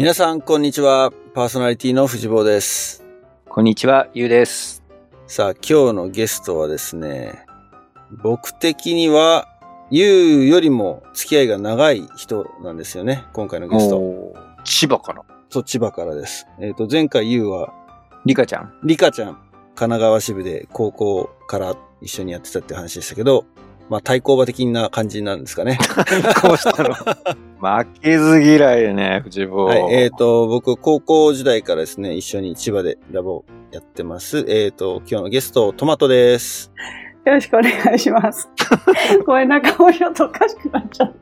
皆さん、こんにちは。パーソナリティの藤坊です。 こんにちは、ゆうです。 さあ、今日のゲストはですね、僕的には、ゆうよりも付き合いが長い人なんですよね。今回のゲスト。 千葉から。 そう、千葉からです。前回ゆうは、 リカちゃん、 神奈川支部で高校から一緒にやってたって話でしたけど、まあ対抗馬的な感じなんですかね。 こうしたの。負けず嫌いね、藤坊。 はい、僕、高校時代からですね、一緒に千葉でラボやってます。今日のゲスト、トマトです。 よろしくお願いします。ごめん、なんかもうちょっとおかしくなっちゃった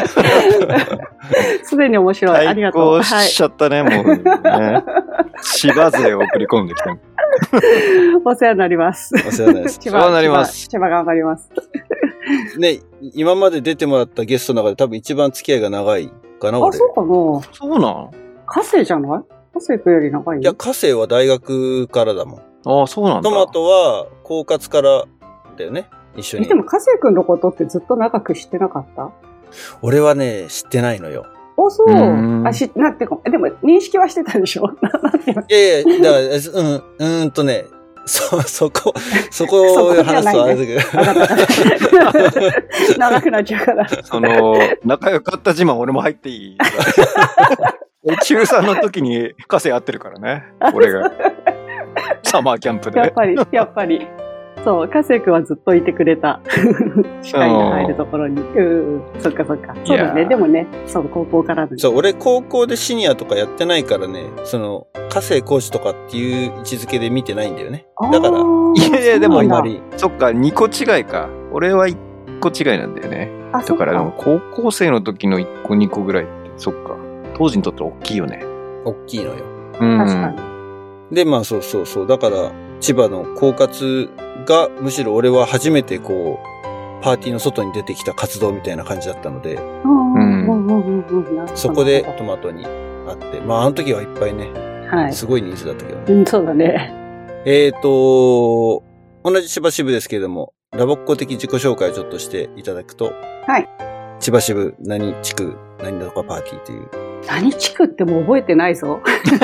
。すでに面白い。ありがとう。 対抗しちゃったね、もうね。千葉勢を送り込んできた。 お世話になります。 お世話になります。 千葉になります。 千葉頑張ります。 ね、今まで出てもらったゲストの中で多分一番付き合いが長いかな、 あ、 俺。 そうかな。 そうなん加瀬じゃない？加瀬くんより長い？ いや、加瀬は大学からだもん。 ああ、そうなんだ。 トマトは、高活からだよね。一緒に。 でも加瀬くんのことってずっと長く知ってなかった？ 俺はね、知ってないのよ。 あ、そう。なんていうか、でも認識はしてたでしょ？なんていうの？ いやいや、だから、そこを話すとあれだけど。長くなっちゃうから。 仲良かった自慢俺も入っていい中3の時に加瀬会ってるからね。俺が。サマーキャンプで。 やっぱり。そう、加瀬くんはずっといてくれた。視界が入るところに。そっか。そうだね。でもね、そう、高校からそう、俺高校でシニアとかやってないからね、加瀬コーチとかっていう位置づけで見てないんだよね。だから。 いや、でも、 そっか、2個違いか。俺は1個違いなんだよね。だから、高校生の時の1個2個ぐらいって、そっか。当時にとって大きいよね。 大きいのよ。 確かに。 で、まあそう。だから、千葉の高活が、むしろ俺は初めてこう、パーティーの外に出てきた活動みたいな感じだったので、そこでトマトに会って、まああの時はいっぱいね、はい、すごい人数だったけどね。 そうだね。 同じ千葉支部ですけれども、ラボっ子的自己紹介をちょっとしていただくと、 はい。 千葉支部何地区何だとかパーティーという。 何地区ってもう覚えてないぞ。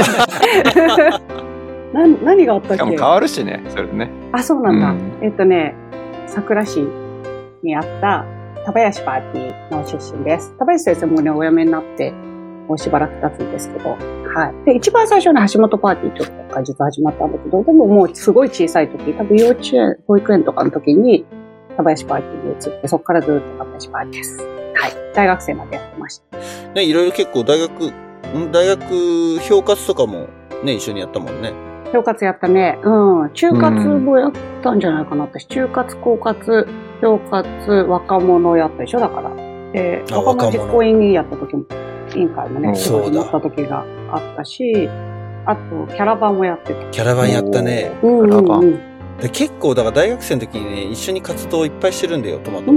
何があったっけ？ しかも変わるしね、それね。 あ、そうなんだ。桜市にあった田林パーティーの出身です。田林先生もね、お辞めになって、もうしばらく経つんですけど、はい。で、一番最初の橋本パーティーとか実は始まったんだけど、でももうすごい小さい時、多分幼稚園、保育園とかの時に田林パーティーに移って、そこからずっと田林パーティーです。はい。大学生までやってました。 ね、いろいろ結構大学評活とかもね、一緒にやったもんね。 評活やったね。中活もやったんじゃないかな。私、中活、高活、評活、若者やったでしょだから。若者実行委員やった時も、委員会もね、仕事になった時があったし、あと、キャラバンもやってた。 キャラバンやったね。 キャラバン。 で結構、だから大学生の時にね、一緒に活動をいっぱいしてるんだよ、トマト。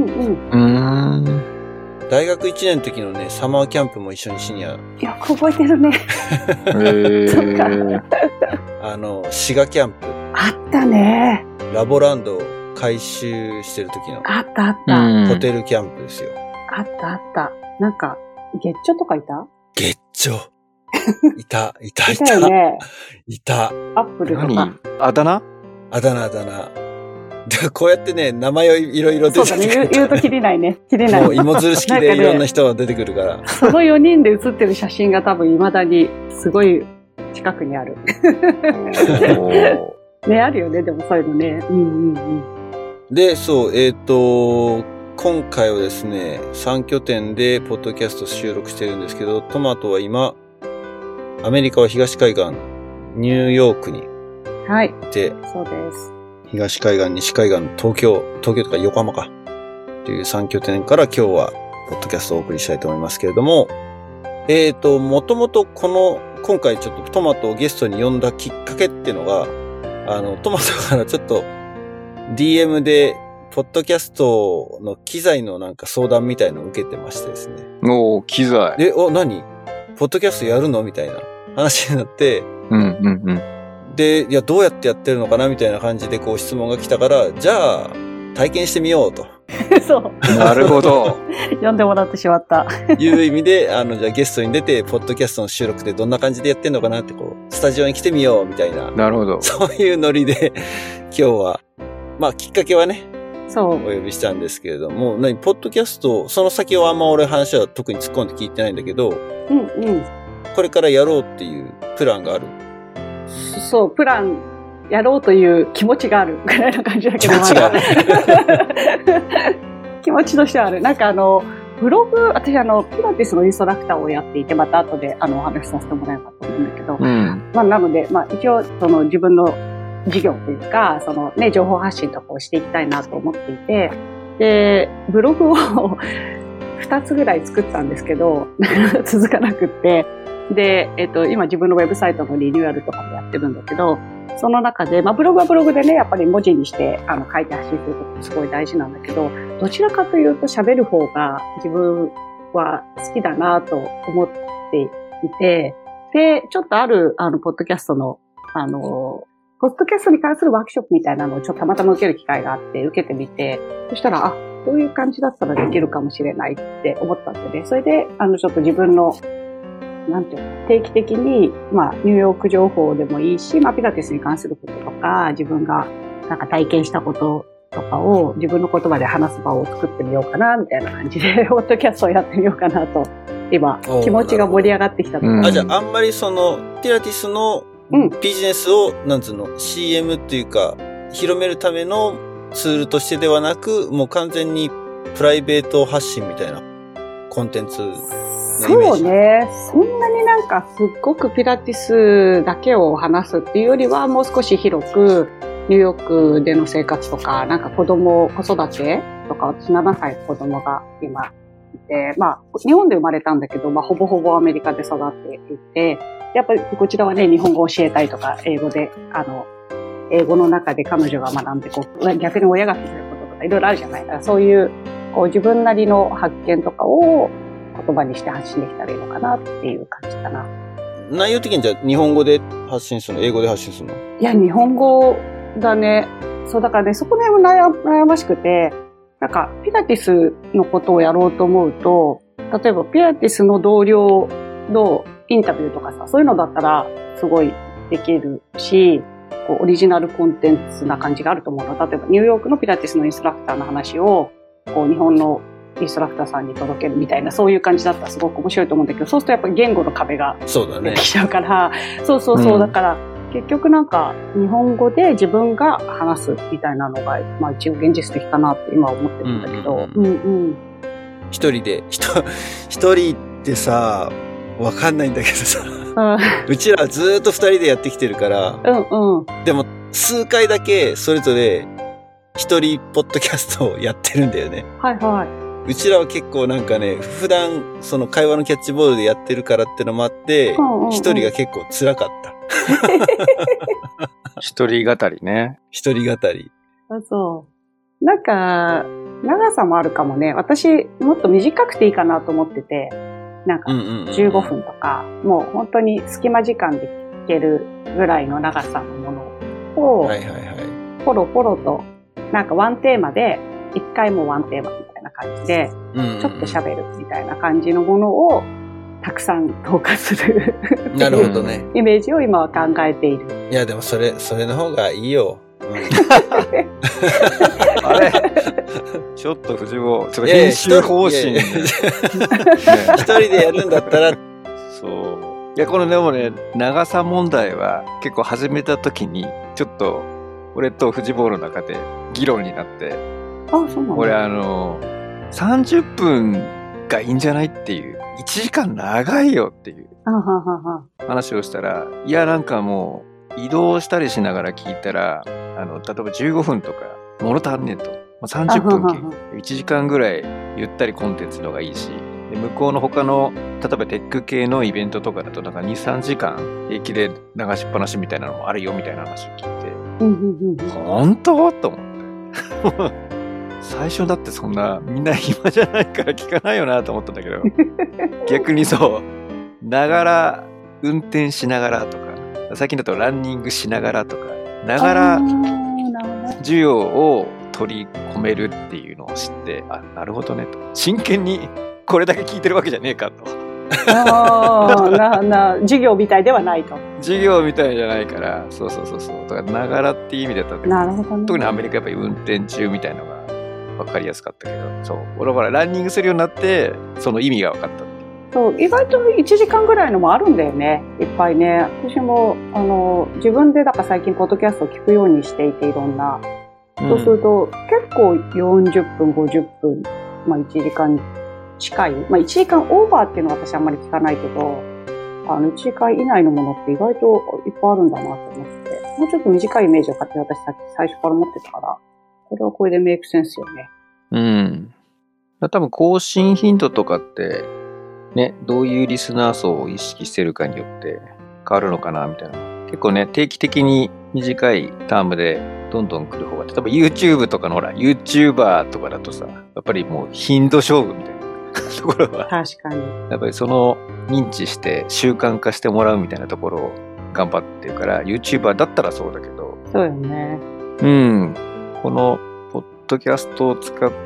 大学1年の時のね、サマーキャンプも一緒にシニア。 よく覚えてるね。そっか。 滋賀キャンプ。 あったね。 ラボランドを改修してる時の。 あった。 ホテルキャンプですよ。 あった。なんか、月頂とかいた？ 月頂。いたよね。 いた。 アップルとか。 あだ名。 で、こうやってね、名前をいろいろ出てくる。 そうだね、言うときりないね。もう芋づる式でいろんな人が出てくるから。 その4人で写ってる写真が多分未だにすごい近くにある。ね、あるよね、でもそういうのね。 で、そう、今回はですね、3拠点でポッドキャスト収録してるんですけど、トマトは今、アメリカは東海岸、ニューヨークにいて、 そうです。 東海岸、西海岸、東京とか横浜か、という3拠点から今日は、ポッドキャストをお送りしたいと思いますけれども、もともと今回ちょっとトマトをゲストに呼んだきっかけっていうのが、トマトからちょっと DM で、ポッドキャストの機材のなんか相談みたいのを受けてましてですね。 機材。 で、何？ポッドキャストやるのみたいな話になって、で、いや、どうやってやってるのかなみたいな感じでこう質問が来たから、じゃあ、体験してみようと。 そう。 なるほど。 呼んでもらってしまった。 いう意味で、じゃあゲストに出て、ポッドキャストの収録でどんな感じでやってんのかなって、スタジオに来てみよう、みたいな。 なるほど。 そういうノリで、今日は、きっかけはね、 そう。 お呼びしたんですけれども、ポッドキャスト、その先はあんま俺話は特に突っ込んで聞いてないんだけど、これからやろうっていうプランがある。 そう、プランやろうという気持ちがあるぐらいな感じだけど。 気持ちがある。 気持ちとしてはある。ブログ、私ピラティスのインストラクターをやっていて、また後でお話しさせてもらえばと思うんだけど、なので、一応自分の事業というか、情報発信とかをしていきたいなと思っていて、で、ブログを2つぐらい作ったんですけど、続かなくって、で、今自分のウェブサイトのリニューアルとかもやってるんだけど、その中で、ブログはブログでね、やっぱり文字にして書いて発信することすごい大事なんだけど、どちらかというと喋る方が自分は好きだなと思っていて、で、ちょっとポッドキャストの、ポッドキャストに関するワークショップみたいなのをちょっとたまたま受ける機会があって受けてみて、そしたら、こういう感じだったらできるかもしれないって思ったんでね、それで、ちょっと自分の定期的に、ニューヨーク情報でもいいし、ピラティスに関することとか、自分が体験したこととかを自分の言葉で話す場を作ってみようかな、みたいな感じで、ポッドキャストをやってみようかなと、今、気持ちが盛り上がってきたと思います。 じゃあ、あんまりピラティスのビジネスを、CM っていうか、広めるためのツールとしてではなく、もう完全にプライベート発信みたいなコンテンツ。 そうね。そんなにすっごくピラティスだけを話すっていうよりは、もう少し広く、ニューヨークでの生活とか、子育てとか、私7歳子供が今いて、日本で生まれたんだけど、ほぼほぼアメリカで育っていて、やっぱりこちらはね、日本語を教えたいとか、英語で、英語の中で彼女が学んで、逆に親が気づくこととかいろいろあるじゃない。だからそういう、自分なりの発見とかを、言葉にして発信できたらいいのかなっていう感じかな。 内容的にじゃあ日本語で発信するの？英語で発信するの？ いや、日本語だね。そう、だからね、そこら辺も悩ましくて、ピラティスのことをやろうと思うと、例えばピラティスの同僚のインタビューとかさ、そういうのだったらすごいできるし、オリジナルコンテンツな感じがあると思うの。例えばニューヨークのピラティスのインストラクターの話を、日本のインストラクターさんに届けるみたいな、そういう感じだったらすごく面白いと思うんだけど、そうするとやっぱり言語の壁が出てきちゃうから、そう、だから結局日本語で自分が話すみたいなのが、一応現実的かなって今思ってるんだけど、 一人でさ、わかんないんだけどさ、うちらずっと二人でやってきてるから、でも数回だけそれぞれ一人ポッドキャストをやってるんだよね。 はいはい。 うちらは結構普段その会話のキャッチボールでやってるからってのもあって、一人が結構辛かった。 一人語りね。 一人語り。 そう。長さもあるかもね。私、もっと短くていいかなと思ってて、15分とか、もう本当に隙間時間で聞けるぐらいの長さのものを、ポロポロと、ワンテーマで、一回もワンテーマみたいな感じで、ちょっと喋るみたいな感じのものを、たくさん投下するなるほどね。 イメージを今は考えている。 いや、でもそれの方がいいよ。 あれちょっと藤尾、編集方針。 一人でやるんだったら。 そう。いや、このでもね、長さ問題は結構始めた時に、ちょっと、俺と藤坊の中で議論になって、 そうなんだ。 俺30分がいいんじゃないっていう、1時間長いよっていう話をしたら、いやもう移動したりしながら聞いたら、例えば15分とか物足んねえと。30分1時間ぐらいゆったりコンテンツの方がいいし、で向こうの他の例えばテック系のイベントとかだと2、3時間平気で流しっぱなしみたいなのもあるよみたいな話を聞いて、本当と思って最初だってそんなみんな暇じゃないから聞かないよなと思ったんだけど逆にそうながら運転しながらとか最近だとランニングしながらとかながら需要を取り込めるっていうのを知って、あ、なるほどねと。真剣にこれだけ聞いてるわけじゃねえかと。 授業みたいではないと。 授業みたいじゃないから、そう。だからながらっていう意味でだった。 なるほどね。 特にアメリカやっぱり運転中みたいなのが分かりやすかったけど、そう。俺はランニングするようになって、その意味が分かった。 そう、意外と1時間ぐらいのもあるんだよね。いっぱいね。私も、自分でだから最近ポッドキャストを聞くようにしていて、いろんな。そうすると、結構40分、50分、まあ1時間近い。まあ1時間オーバーっていうのは私あんまり聞かないけど、1時間以内のものって意外といっぱいあるんだなと思って、もうちょっと短いイメージを勝手に私最初から持ってたから、これはこれでメイクセンスよね。 うん。多分更新頻度とかって、ね、どういうリスナー層を意識してるかによって変わるのかなみたいな。結構ね、定期的に短いタームでどんどん来る方が、例えば YouTube とかのほら、YouTuber とかだとさ、やっぱりもう頻度勝負みたいなところは。 確かに。 やっぱりその認知して習慣化してもらうみたいなところを頑張ってるから、YouTuber だったらそうだけど。 そうよね。 うん。このポッドキャストを使って、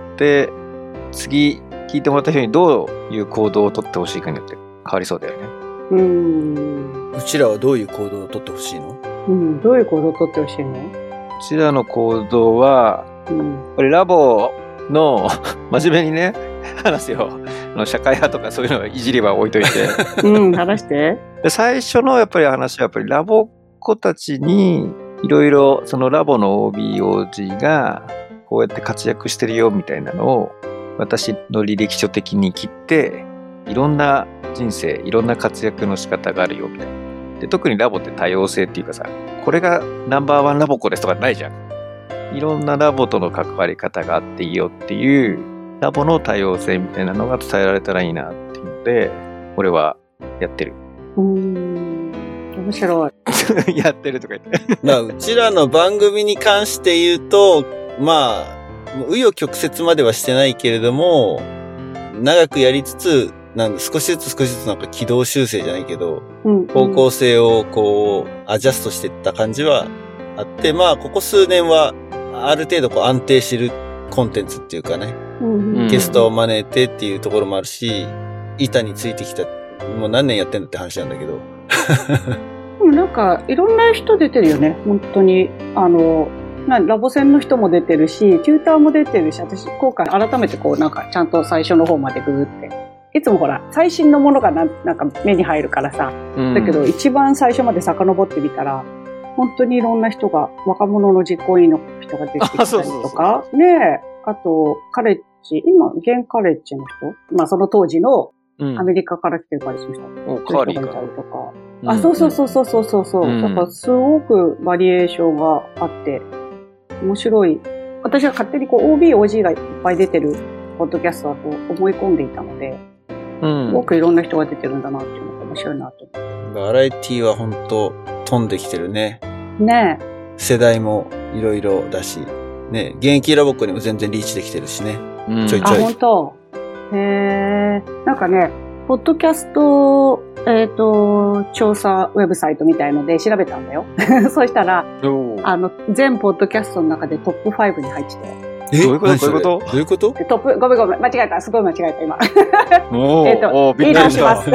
次、聞いてもらった人にどういう行動を取ってほしいかによって変わりそうだよね。 うちらはどういう行動を取ってほしいの？ どういう行動を取ってほしいの？ うちらの行動は、これラボの真面目にね、話すよ。社会派とかそういうのいじりは置いといて。 話して。 で最初のやっぱり話はやっぱりラボっ子たちにいろいろそのラボの OB、OG がこうやって活躍してるよみたいなのを私の履歴書的に切って、いろんな人生、いろんな活躍の仕方があるよみたいな。で、特にラボって多様性っていうかさ、これがナンバーワンラボ子ですとかないじゃん。いろんなラボとの関わり方があっていいよっていう、ラボの多様性みたいなのが伝えられたらいいなっていうので、俺はやってる。 面白い。 やってるとか言って。 まあ、うちらの番組に関して言うと、まあ、紆余曲折まではしてないけれども、長くやりつつ、少しずつなんか軌道修正じゃないけど、方向性をこう、アジャストしていった感じはあって、まあ、ここ数年は、ある程度こう安定してるコンテンツっていうかね、ゲストを招いてっていうところもあるし、板についてきた、もう何年やってんだって話なんだけど。 なんか、いろんな人出てるよね、本当に。ラボ戦の人も出てるし、テューターも出てるし、私、今回改めてこう、なんか、ちゃんと最初の方までグーって。いつもほら、最新のものがなんか目に入るからさ。だけど、一番最初まで遡ってみたら、本当にいろんな人が、若者の実行委員の人が出てきたりとか、ねえ、あと、カレッジ、今、現カレッジの人、まあその当時のアメリカから来てるカレッジの人、 カーリーがいたりとか。そう。だからすごくバリエーションがあって、面白い。私は勝手にこう OB、OG がいっぱい出てるポッドキャストだと思い込んでいたので、すごくいろんな人が出てるんだなっていうのが面白いなと思って。 バラエティは本当飛んできてるね。 ねえ。 世代もいろいろだし、ね、現役ラボっ子にも全然リーチできてるしね。ちょいちょい。 本当。なんかね、ポッドキャスト、調査ウェブサイトみたいので調べたんだよ。そうしたら、全ポッドキャストの中でトップ5に入ってて。 どういうことどういうことトップ、ごめん、間違えた。すごい間違えた、今。 びっくりした。 はい。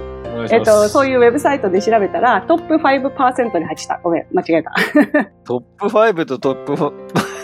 そういうウェブサイトで調べたら、トップ 5% に入ってた。ごめん、間違えた。 トップ5とトップ5%。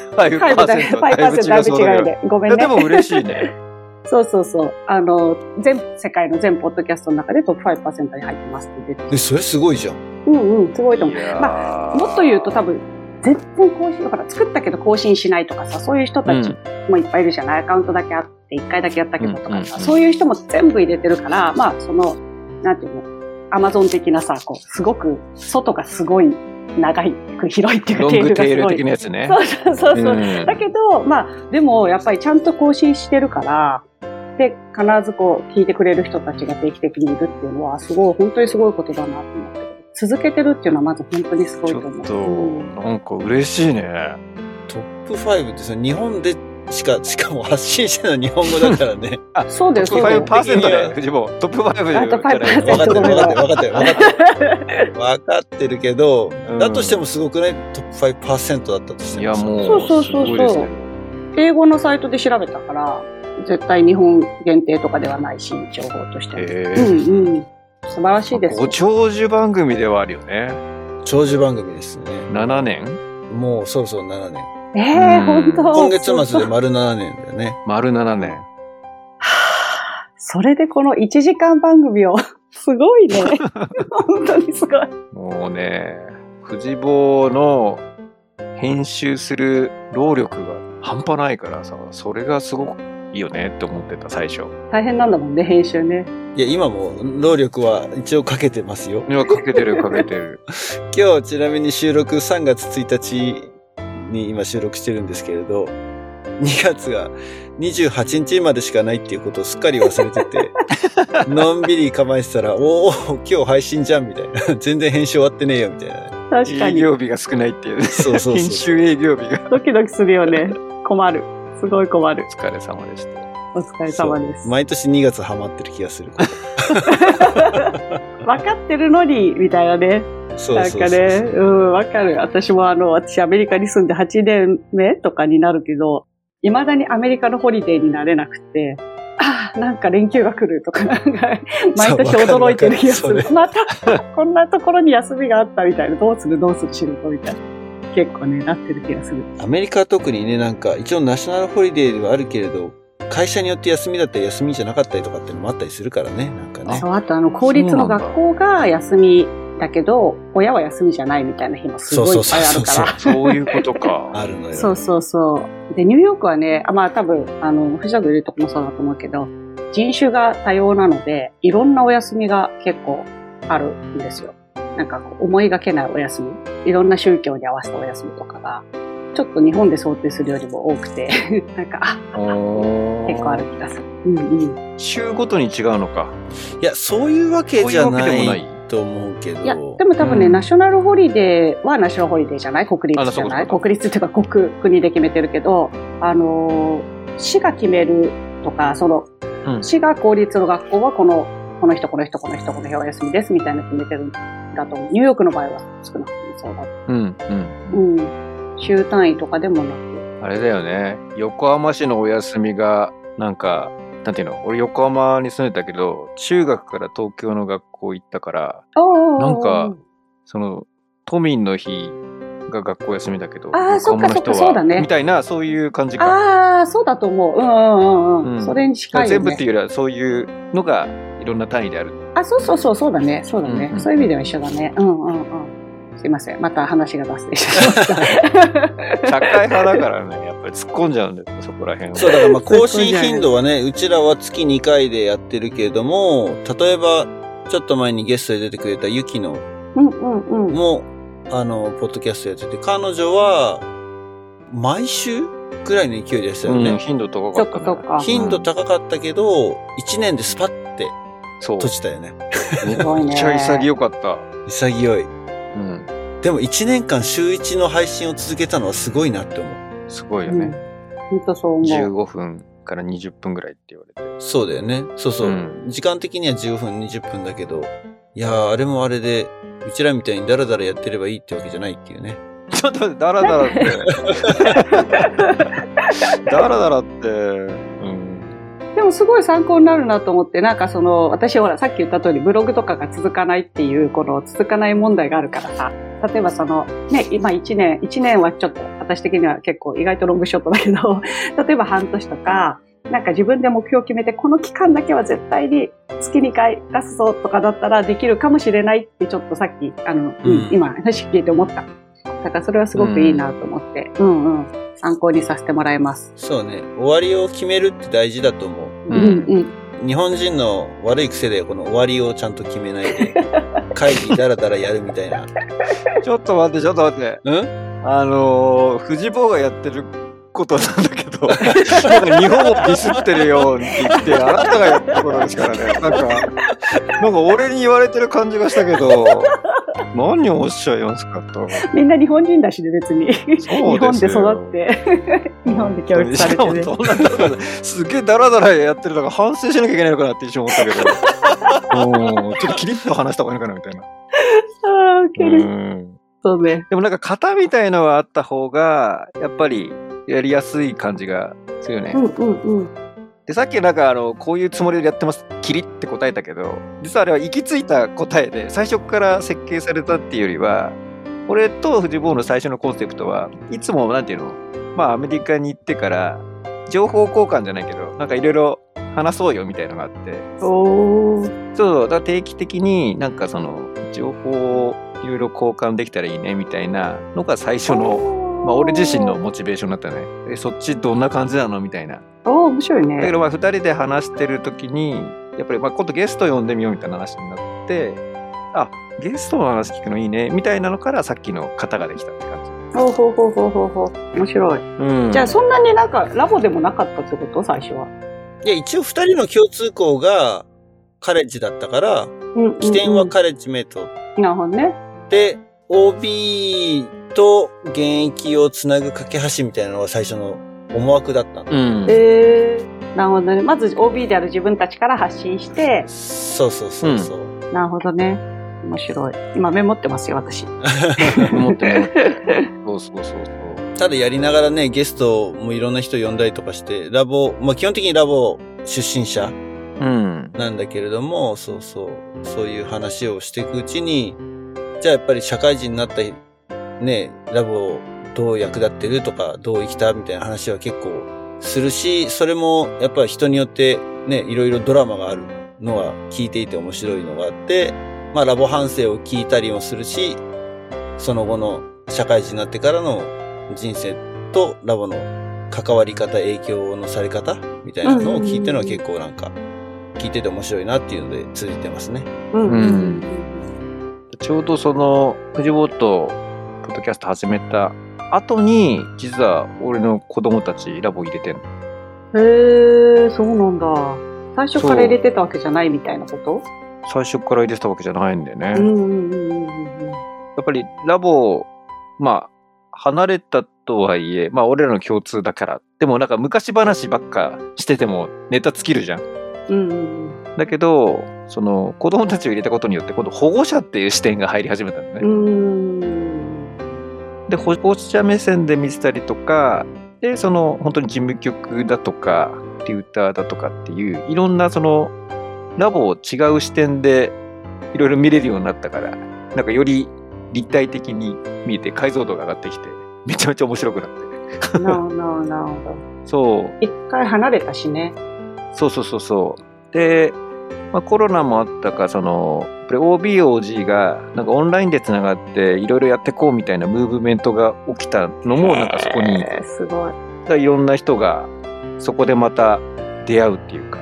5%だいぶ違うで。ごめんね。 でも嬉しいね。 そう。世界の全ポッドキャストの中でトップ 5% に入ってますって出てて。 それすごいじゃん。 すごいと思う。まあ、もっと言うと多分、全然更新、だから作ったけど更新しないとかさ、そういう人たちもいっぱいいるじゃない。アカウントだけあって、1回だけやったけどとかさ、そういう人も全部入れてるから、まあ、なんていうの、アマゾン的なさ、こう、すごく、外がすごい長い、広いっていうか、 テールがすごい。ロングテール的なやつね。 そう。だけど、まあ、でも、やっぱりちゃんと更新してるから、で、必ずこう、聞いてくれる人たちが定期的にいるっていうのは、本当にすごいことだなと思って。続けてるっていうのはまず本当にすごいと思う。 ちょっと、なんか嬉しいね。 トップ5って日本でしかも発信者の日本語だからね。 あ、そうです。 トップ 5% で、藤本。トップ5で。 トップ5%。 分かってるけど、だとしてもすごくない？トップ 5% だったとしても。 いや、もう、 そう。英語のサイトで調べたから、絶対日本限定とかではないし、情報として。素晴らしいです。 ご長寿番組ではあるよね。 長寿番組ですね。 7年？ もうそろそろ7年。 本当。 今月末で丸7年だよね。 丸7年。 それでこの1時間番組を、すごいね。本当にすごい。 もうね、藤坊の編集する労力が半端ないからさ、それがすごくいいよねって思ってた、最初。 大変なんだもんね、編集ね。 いや、今も労力は一応かけてますよ。 いや、かけてる。 今日ちなみに収録3月1日に今収録してるんですけれど、2月が28日までしかないっていうことをすっかり忘れてて、のんびり構えてたら、おー、今日配信じゃんみたいな。全然編集終わってねえよみたいな。 確かに。 営業日が少ないっていうね。 そう。 編集営業日が。 ドキドキするよね。困る。すごい困る。 お疲れ様でした。 お疲れ様です。 毎年2月ハマってる気がする。 分かってるのに、みたいなね。なんかね、わかる。私も私アメリカに住んで8年目とかになるけど、未だにアメリカのホリデーになれなくて、なんか連休が来るとか、なんか、毎年驚いてる気がする。また、こんなところに休みがあったみたいな、どうする仕事みたいな。結構ね、なってる気がする。 アメリカは特にね、なんか、一応ナショナルホリデーではあるけれど、会社によって休みだったり休みじゃなかったりとかっていうのもあったりするからね、なんかね。 そう、あと公立の学校が休みだけど、親は休みじゃないみたいな日もすごいいっぱいあるから。 そういうことか。 あるのよ。 そう。で、ニューヨークはね、まあ多分、藤田が言うとこもそうだと思うけど、人種が多様なので、いろんなお休みが結構あるんですよ。なんか思いがけないお休み。いろんな宗教に合わせたお休みとかが、ちょっと日本で想定するよりも多くて、なんか、結構ある気がする。 週ごとに違うのか。 いや、そういうわけじゃないと思うけど。 いや、でも多分ね、ナショナルホリデーはナショナルホリデーじゃない？国立じゃない？国立っていうか国で決めてるけど、市が決めるとか、市が公立の学校はこの日お休みですみたいな決めてるんだと思う。ニューヨークの場合は少なくともそうだ。週単位とかでもなく。 あれだよね。横浜市のお休みが、なんか、なんていうの？俺横浜に住んでたけど、中学から東京の学校行ったから、なんか、都民の日が学校休みだけど、横浜の人は、 そうだね。 みたいな、そういう感じか。 そうだと思う。それに近いよね。 全部っていうよりは、そういうのがいろんな単位である。 そうだね。そういう意味では一緒だね。すいません。また話が脱線しました。 社会派だからね、やっぱり突っ込んじゃうんだよ、そこら辺は。 そう、だから更新頻度はね、うちらは月2回でやってるけれども、例えば、ちょっと前にゲストで出てくれたユキノも、ポッドキャストやってて、彼女は、毎週ぐらいの勢いでしたよね。 頻度高かったね。 頻度高かったけど、1年でスパッて閉じたよね。 めっちゃ潔かった。 潔い。でも1年間週1の配信を続けたのはすごいなって思う。 すごいよね。 本当そう思う。 15分から20分ぐらいって言われて。 そうだよね。そう。時間的には15分、20分だけど、いやー、あれもあれで、うちらみたいにダラダラやってればいいってわけじゃないっていうね。 ちょっと待って、ダラダラって。ダラダラって、 でもすごい参考になるなと思って、なんか私ほらさっき言った通りブログとかが続かないっていう、この続かない問題があるからさ、例えば今1年はちょっと私的には結構意外とロングショットだけど、例えば半年とか、なんか自分で目標を決めて、この期間だけは絶対に月2回出すぞとかだったらできるかもしれないってちょっとさっき、今話聞いて思った。だからそれはすごくいいなと思って、参考にさせてもらいます。 そうね。終わりを決めるって大事だと思う。日本人の悪い癖でこの終わりをちゃんと決めないで、会議ダラダラやるみたいな。 ちょっと待って。藤坊がやってることなんだけど、なんか日本をディスってるように言って、あなたがやったことですからね。なんか俺に言われてる感じがしたけど、 何をおっしゃいますかと。 みんな日本人だしね、別に。日本で育って、日本で教育されてね。 しかもすげえダラダラやってるのが反省しなきゃいけないのかなって一瞬思ったけど。ちょっとキリッと話した方がいいのかなみたいな。 ああ、ウケる。そうね。 でもなんか型みたいのはあった方が、やっぱりやりやすい感じがするよね。で、さっきなんかこういうつもりでやってます、キリって答えたけど、実はあれは行き着いた答えで、最初から設計されたっていうよりは、俺と藤坊の最初のコンセプトは、いつもなんていうの、まあアメリカに行ってから、情報交換じゃないけど、なんかいろいろ話そうよみたいなのがあって。そう、だから定期的になんかその、情報をいろいろ交換できたらいいねみたいなのが最初の、まあ俺自身のモチベーションだったね。そっちどんな感じなのみたいな。 面白いね。 だけどまあ2人で話してる時にやっぱりまあ今度ゲスト呼んでみようみたいな話になって、あ、ゲストの話聞くのいいねみたいなのからさっきの型ができたって感じ。 面白い。じゃあそんなになんかラボでもなかったってこと？最初は。 いや、一応2人の共通項がカレッジだったから、起点はカレッジメイト。 なるほどね。 で、OB と現役をつなぐ架け橋みたいなのが最初の思惑だったの。 なるほどね。まず OB である自分たちから発信して。 そう。 なるほどね。面白い。今メモってますよ、私。 メモってます。そう。 ただやりながらね、ゲストもいろんな人呼んだりとかして、ラボ、まあ基本的にラボ出身者なんだけれども、そういう話をしていくうちに、じゃあやっぱり社会人になったね、ラボどう役立ってるとか、どう生きたみたいな話は結構するし、それもやっぱり人によってね、いろいろドラマがあるのは聞いていて面白いのがあって、まあラボ反省を聞いたりもするし、その後の社会人になってからの人生とラボの関わり方、影響のされ方みたいなのを聞いてるのは結構なんか、聞いてて面白いなっていうので続いてますね。 ちょうどその、藤坊とポッドキャスト始めた後に、実は俺の子供たちラボ入れてんの。 へー、そうなんだ。最初から入れてたわけじゃないみたいなこと？ 最初から入れてたわけじゃないんだよね。やっぱりラボ、まあ、離れたとはいえ、まあ俺らの共通だから。でもなんか昔話ばっかしててもネタ尽きるじゃん。だけど、その子供たちを入れたことによって今度保護者っていう視点が入り始めたんだね。で、保護者目線で見せたりとか、で、その本当に事務局だとか、テューターだとかっていういろんなそのラボを違う視点でいろいろ見れるようになったから、なんかより立体的に見えて解像度が上がってきて、めちゃめちゃ面白くなって。 なるほど。 そう。 一回離れたしね。 そう。で、まあ、コロナもあったか、その、OBOG がなんかオンラインでつながっていろいろやってこうみたいなムーブメントが起きたのもなんかそこに、 すごい。いろんな人がそこでまた出会うっていうか。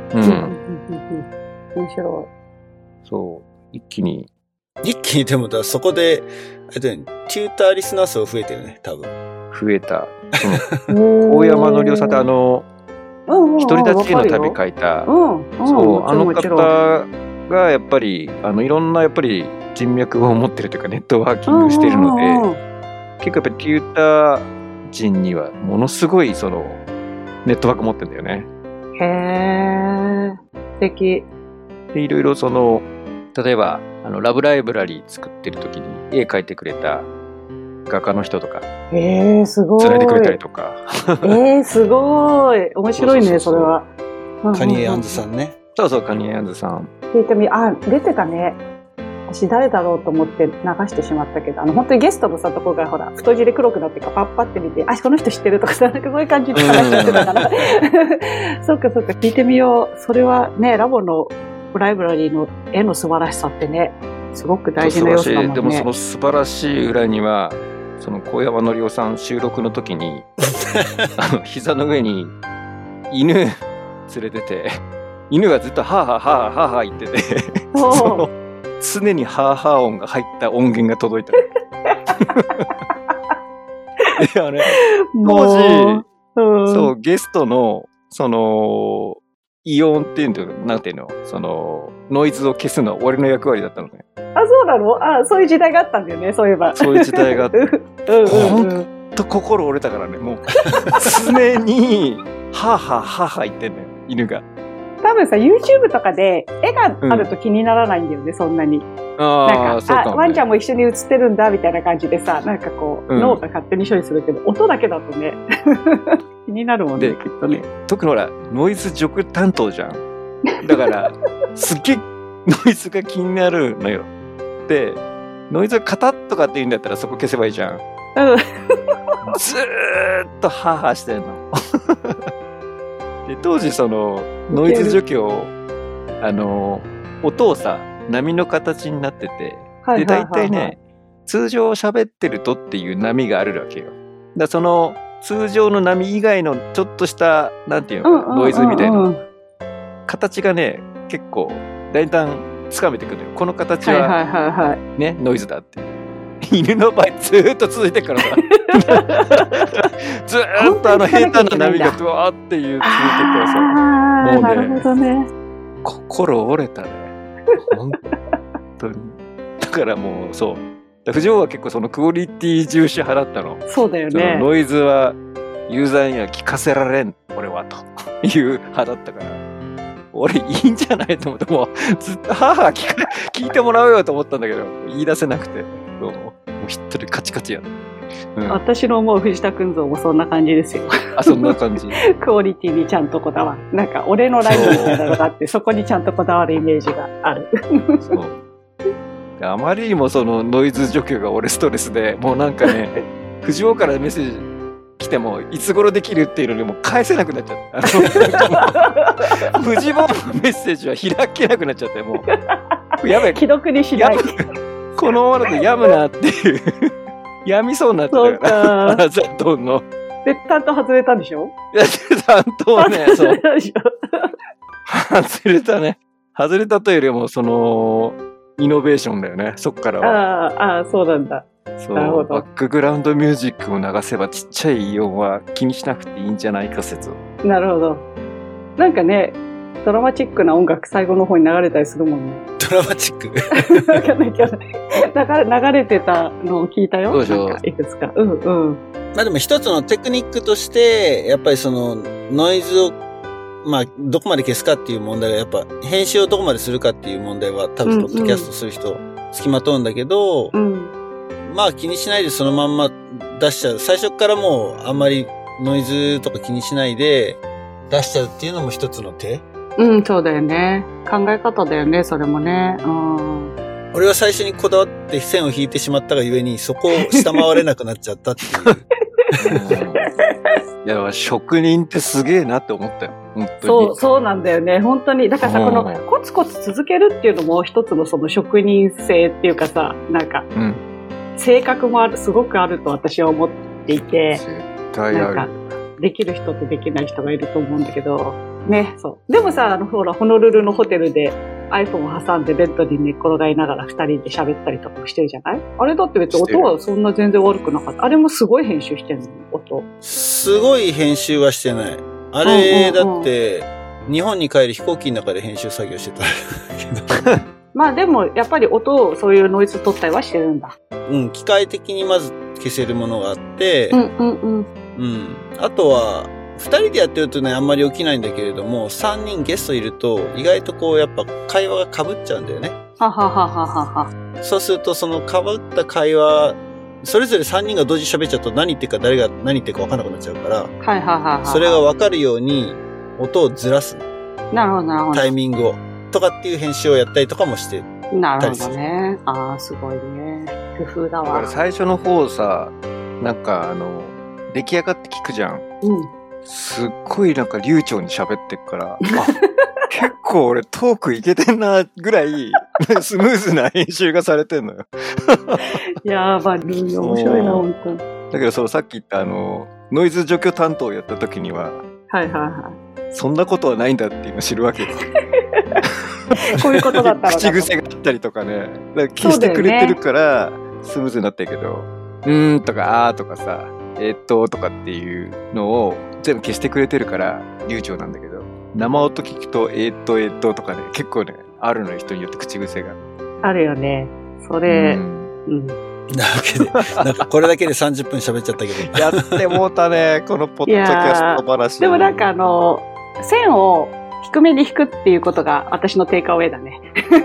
面白い。 そう。一気にでもそこで、テューターリスナー数増えてるね、多分。 増えた。大山のりおさんって一人立ちへの旅書いた、そう、あの方がやっぱり、いろんなやっぱり人脈を持ってるというかネットワーキングしてるので、結構やっぱりテューター人にはものすごいそのネットワーク持ってるんだよね。 へー、素敵。 で、いろいろその、例えば、ラブライブラリー作ってる時に絵描いてくれた画家の人とか、 すごい。 繋いでくれたりとか。 すごい。面白いね、それは。 カニエ・アンズさんね。 そう、カニエ・アンズさん。 聞いてみ、出てたね。私誰だろうと思って流してしまったけど、本当にゲストのさ、とこがほら、太字で黒くなってか、パッパって見て、この人知ってるとかさ、なんかそういう感じで話しちゃってたから。そっか、聞いてみよう。それはね、ラボのライブラリーの絵の素晴らしさってね、すごく大事な要素だもんね。 でもその素晴らしい裏には、その小山のりおさん収録の時に膝の上に犬連れてて、犬がずっとハーハーハーハーハー言っててその常にハーハー音が入った音源が届いたで当時、そうゲストのその異音っていうの、なんていうの、その、ノイズを消すのは俺の役割だったのね。 あ、そうなの？あ、そういう時代があったんだよね、そういえば。 そういう時代があって。ほんと心折れたからね、もう、常に、はぁはぁはぁはぁ言ってんのよ、犬が。 多分さ、YouTube とかで絵があると気にならないんだよね、そんなに。 ああ、そうかもね。 ワンちゃんも一緒に映ってるんだ、みたいな感じでさ、なんかこう、脳が勝手に処理するけど、音だけだとね、気になるもんね、きっとね。 特にほら、ノイズ除去担当じゃん。だから、すっげえノイズが気になるのよ。で、ノイズがカタッとかって言うんだったらそこ消せばいいじゃん。ずーっとハーハーしてんの。で、当時その、ノイズ除去を、音をさ、波の形になってて、で、大体ね、通常喋ってるとっていう波があるわけよ。だからその、通常の波以外のちょっとした、なんていうの、ノイズみたいな、形がね、結構、だんだんつかめてくるのよ。この形は、ね、ノイズだって。犬の場合ずーっと続いてるからさ。ずーっと平坦な波がドワーっていう続いてるからさ。もうね、 なるほどね。 心折れたね。本当に。だからもうそう。藤尾は結構そのクオリティ重視派だったの。 そうだよね。 そのノイズはユーザーには聞かせられん、俺はという派だったから。俺いいんじゃないと思って、もうずっと母聞いてもらおうよと思ったんだけど、言い出せなくて、もう一人カチカチやる。 私の思う藤田くん像もそんな感じですよ。 あ、そんな感じ。 クオリティにちゃんとこだわる。なんか俺のライブみたいなのがあって、そこにちゃんとこだわるイメージがある。 そう。あまりにもそのノイズ除去が俺ストレスで、もうなんかね、藤尾からメッセージ来てもいつ頃できるっていうのにもう返せなくなっちゃった。藤尾のメッセージは開けなくなっちゃって、もうやばい。 既読にしない。 このままだとやむなっていう。やみそうになってたから。アナザートーンの。 で、担当外れたんでしょ？ いや、担当ね、そう。外れたね。外れたというよりも、その、イノベーションだよね、そっからは。 ああ、そうなんだ。 そう、バックグラウンドミュージックを流せばちっちゃいイオンは気にしなくていいんじゃないか説を。 なるほど。なんかね、ドラマチックな音楽最後の方に流れたりするもんね。 ドラマチックわかんないけど、流れてたのを聞いたよ。 どうでしょう。 いくつか。うんうん。 まあでも一つのテクニックとして、やっぱりそのノイズを、まあどこまで消すかっていう問題が、やっぱ編集をどこまでするかっていう問題は多分ポッドキャストする人付きまとうんだけど、まあ気にしないでそのまんま出しちゃう。最初からもうあんまりノイズとか気にしないで出しちゃうっていうのも一つの手。 うん、そうだよね。考え方だよね、それもね。 俺は最初にこだわって線を引いてしまったがゆえに、そこを下回れなくなっちゃったっていう。 いや、職人ってすげえなって思ったよ。本当に。 そうなんだよね。本当に。だからさ、このコツコツ続けるっていうのも一つのその職人性っていうかさ、なんか、性格もすごくあると私は思っていて。 絶対ある。 なんかできる人とできない人がいると思うんだけど、ね、そう。でもさ、ほら、ホノルルのホテルで iPhone を挟んでベッドに寝っ転がりながら二人で喋ったりとかもしてるじゃない？あれだって別に音はそんな全然悪くなかった。あれもすごい編集してんの、音。 すごい編集はしてない。あれ、だって、日本に帰る飛行機の中で編集作業してたけど。 まあでも、やっぱり音をそういうノイズ取ったりはしてるんだ。 うん、機械的にまず消せるものがあって、あとは、二人でやってるとね、あんまり起きないんだけれども、三人ゲストいると、意外とこう、やっぱ会話が被っちゃうんだよね。そうすると、その被った会話、それぞれ三人が同時喋っちゃうと何言ってるか誰が何言ってるか分からなくなっちゃうから、それが分かるように音をずらす。 なるほど、なるほど。 タイミングを。とかっていう編集をやったりとかもしてなるほどね。ああ、すごいね。工夫だわ。 だから最初の方さ、なんか出来上がって聞くじゃん。すっごいなんか流暢に喋ってっから、結構俺トークいけてんなぐらいスムーズな編集がされてんのよ。 やばい、面白いな、本当。 だけどそう、さっき言ったノイズ除去担当をやった時には、そんなことはないんだって今知るわけよ。 こういうことだったら。 口癖があったりとかね。だから消してくれてるから、スムーズになってるけど、とか、とかさ、とかっていうのを全部消してくれてるから流暢なんだけど、 生音聞くと、とかね、結構ね、あるのよ、人によって口癖が。 あるよね。それ、 なわけで、なんかこれだけで30分喋っちゃったけど。 やってもうたね、このポッドキャスト話。 でもなんか線を低めに引くっていうことが私のテイクアウェイだね。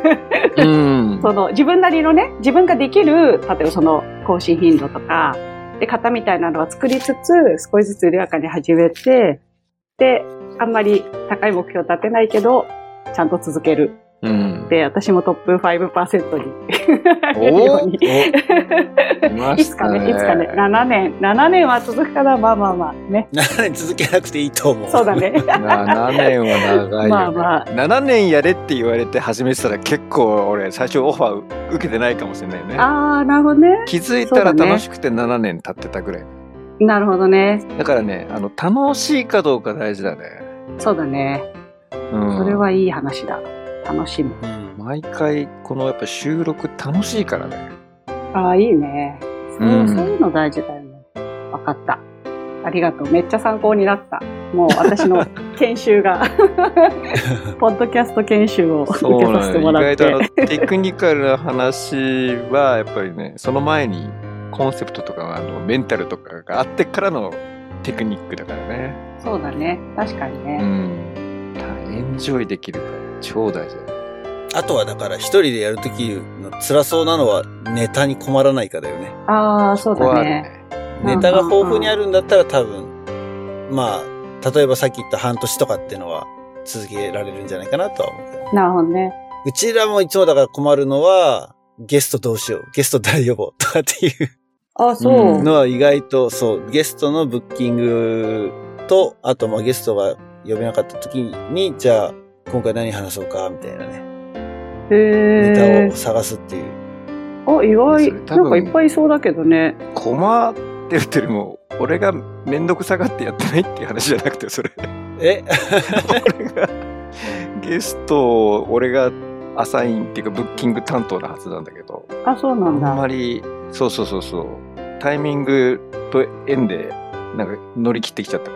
自分なりのね、自分ができる、例えばその更新頻度とか、で、型みたいなのは作りつつ、少しずつ緩やかに始めて、で、あんまり高い目標立てないけど、ちゃんと続ける。で、私もトップ 5% に入るように。いつかね、7年は続くから、まあね。 7年続けなくていいと思う。 そうだね。 7年は長いよ、ね。7年やれって言われて始めてたら結構俺最初オファー受けてないかもしれないね。 ああ、なるほどね。 気づいたら楽しくて7年経ってたぐらい。 なるほどね。 だからね、楽しいかどうか大事だね。 そうだね。それはいい話だ。楽しむ。 毎回、このやっぱ収録楽しいからね。 ああ、いいね。そういうの大事だよね。わかった。ありがとう。めっちゃ参考になった。もう私の研修が、ポッドキャスト研修を受けさせてもらって。 意外とテクニカルな話は、やっぱりね、その前にコンセプトとかメンタルとかがあってからのテクニックだからね。 そうだね。確かにね。 エンジョイできるから超大事だよ。 あとはだから一人でやるときの辛そうなのはネタに困らないかだよね。 ああ、そうだね。 ネタが豊富にあるんだったら多分、まあ、例えばさっき言った半年とかっていうのは続けられるんじゃないかなとは思う。 なるほどね。 うちらもいつもだから困るのは、ゲストどうしよう、ゲスト誰呼ぼうとかっていうそうのは意外とそう、ゲストのブッキングと、あとまあゲストが呼べなかった時に、じゃあ今回何話そうかみたいなね。ネタを探すっていう。 意外。なんかいっぱいいそうだけどね。 困ってるってよりも、俺がめんどくさがってやってないっていう話じゃなくて、それ。 俺が、ゲストを俺がアサインっていうかブッキング担当なはずなんだけど。 そうなんだ。 あんまり、そう。タイミングと縁で、なんか乗り切ってきちゃったから。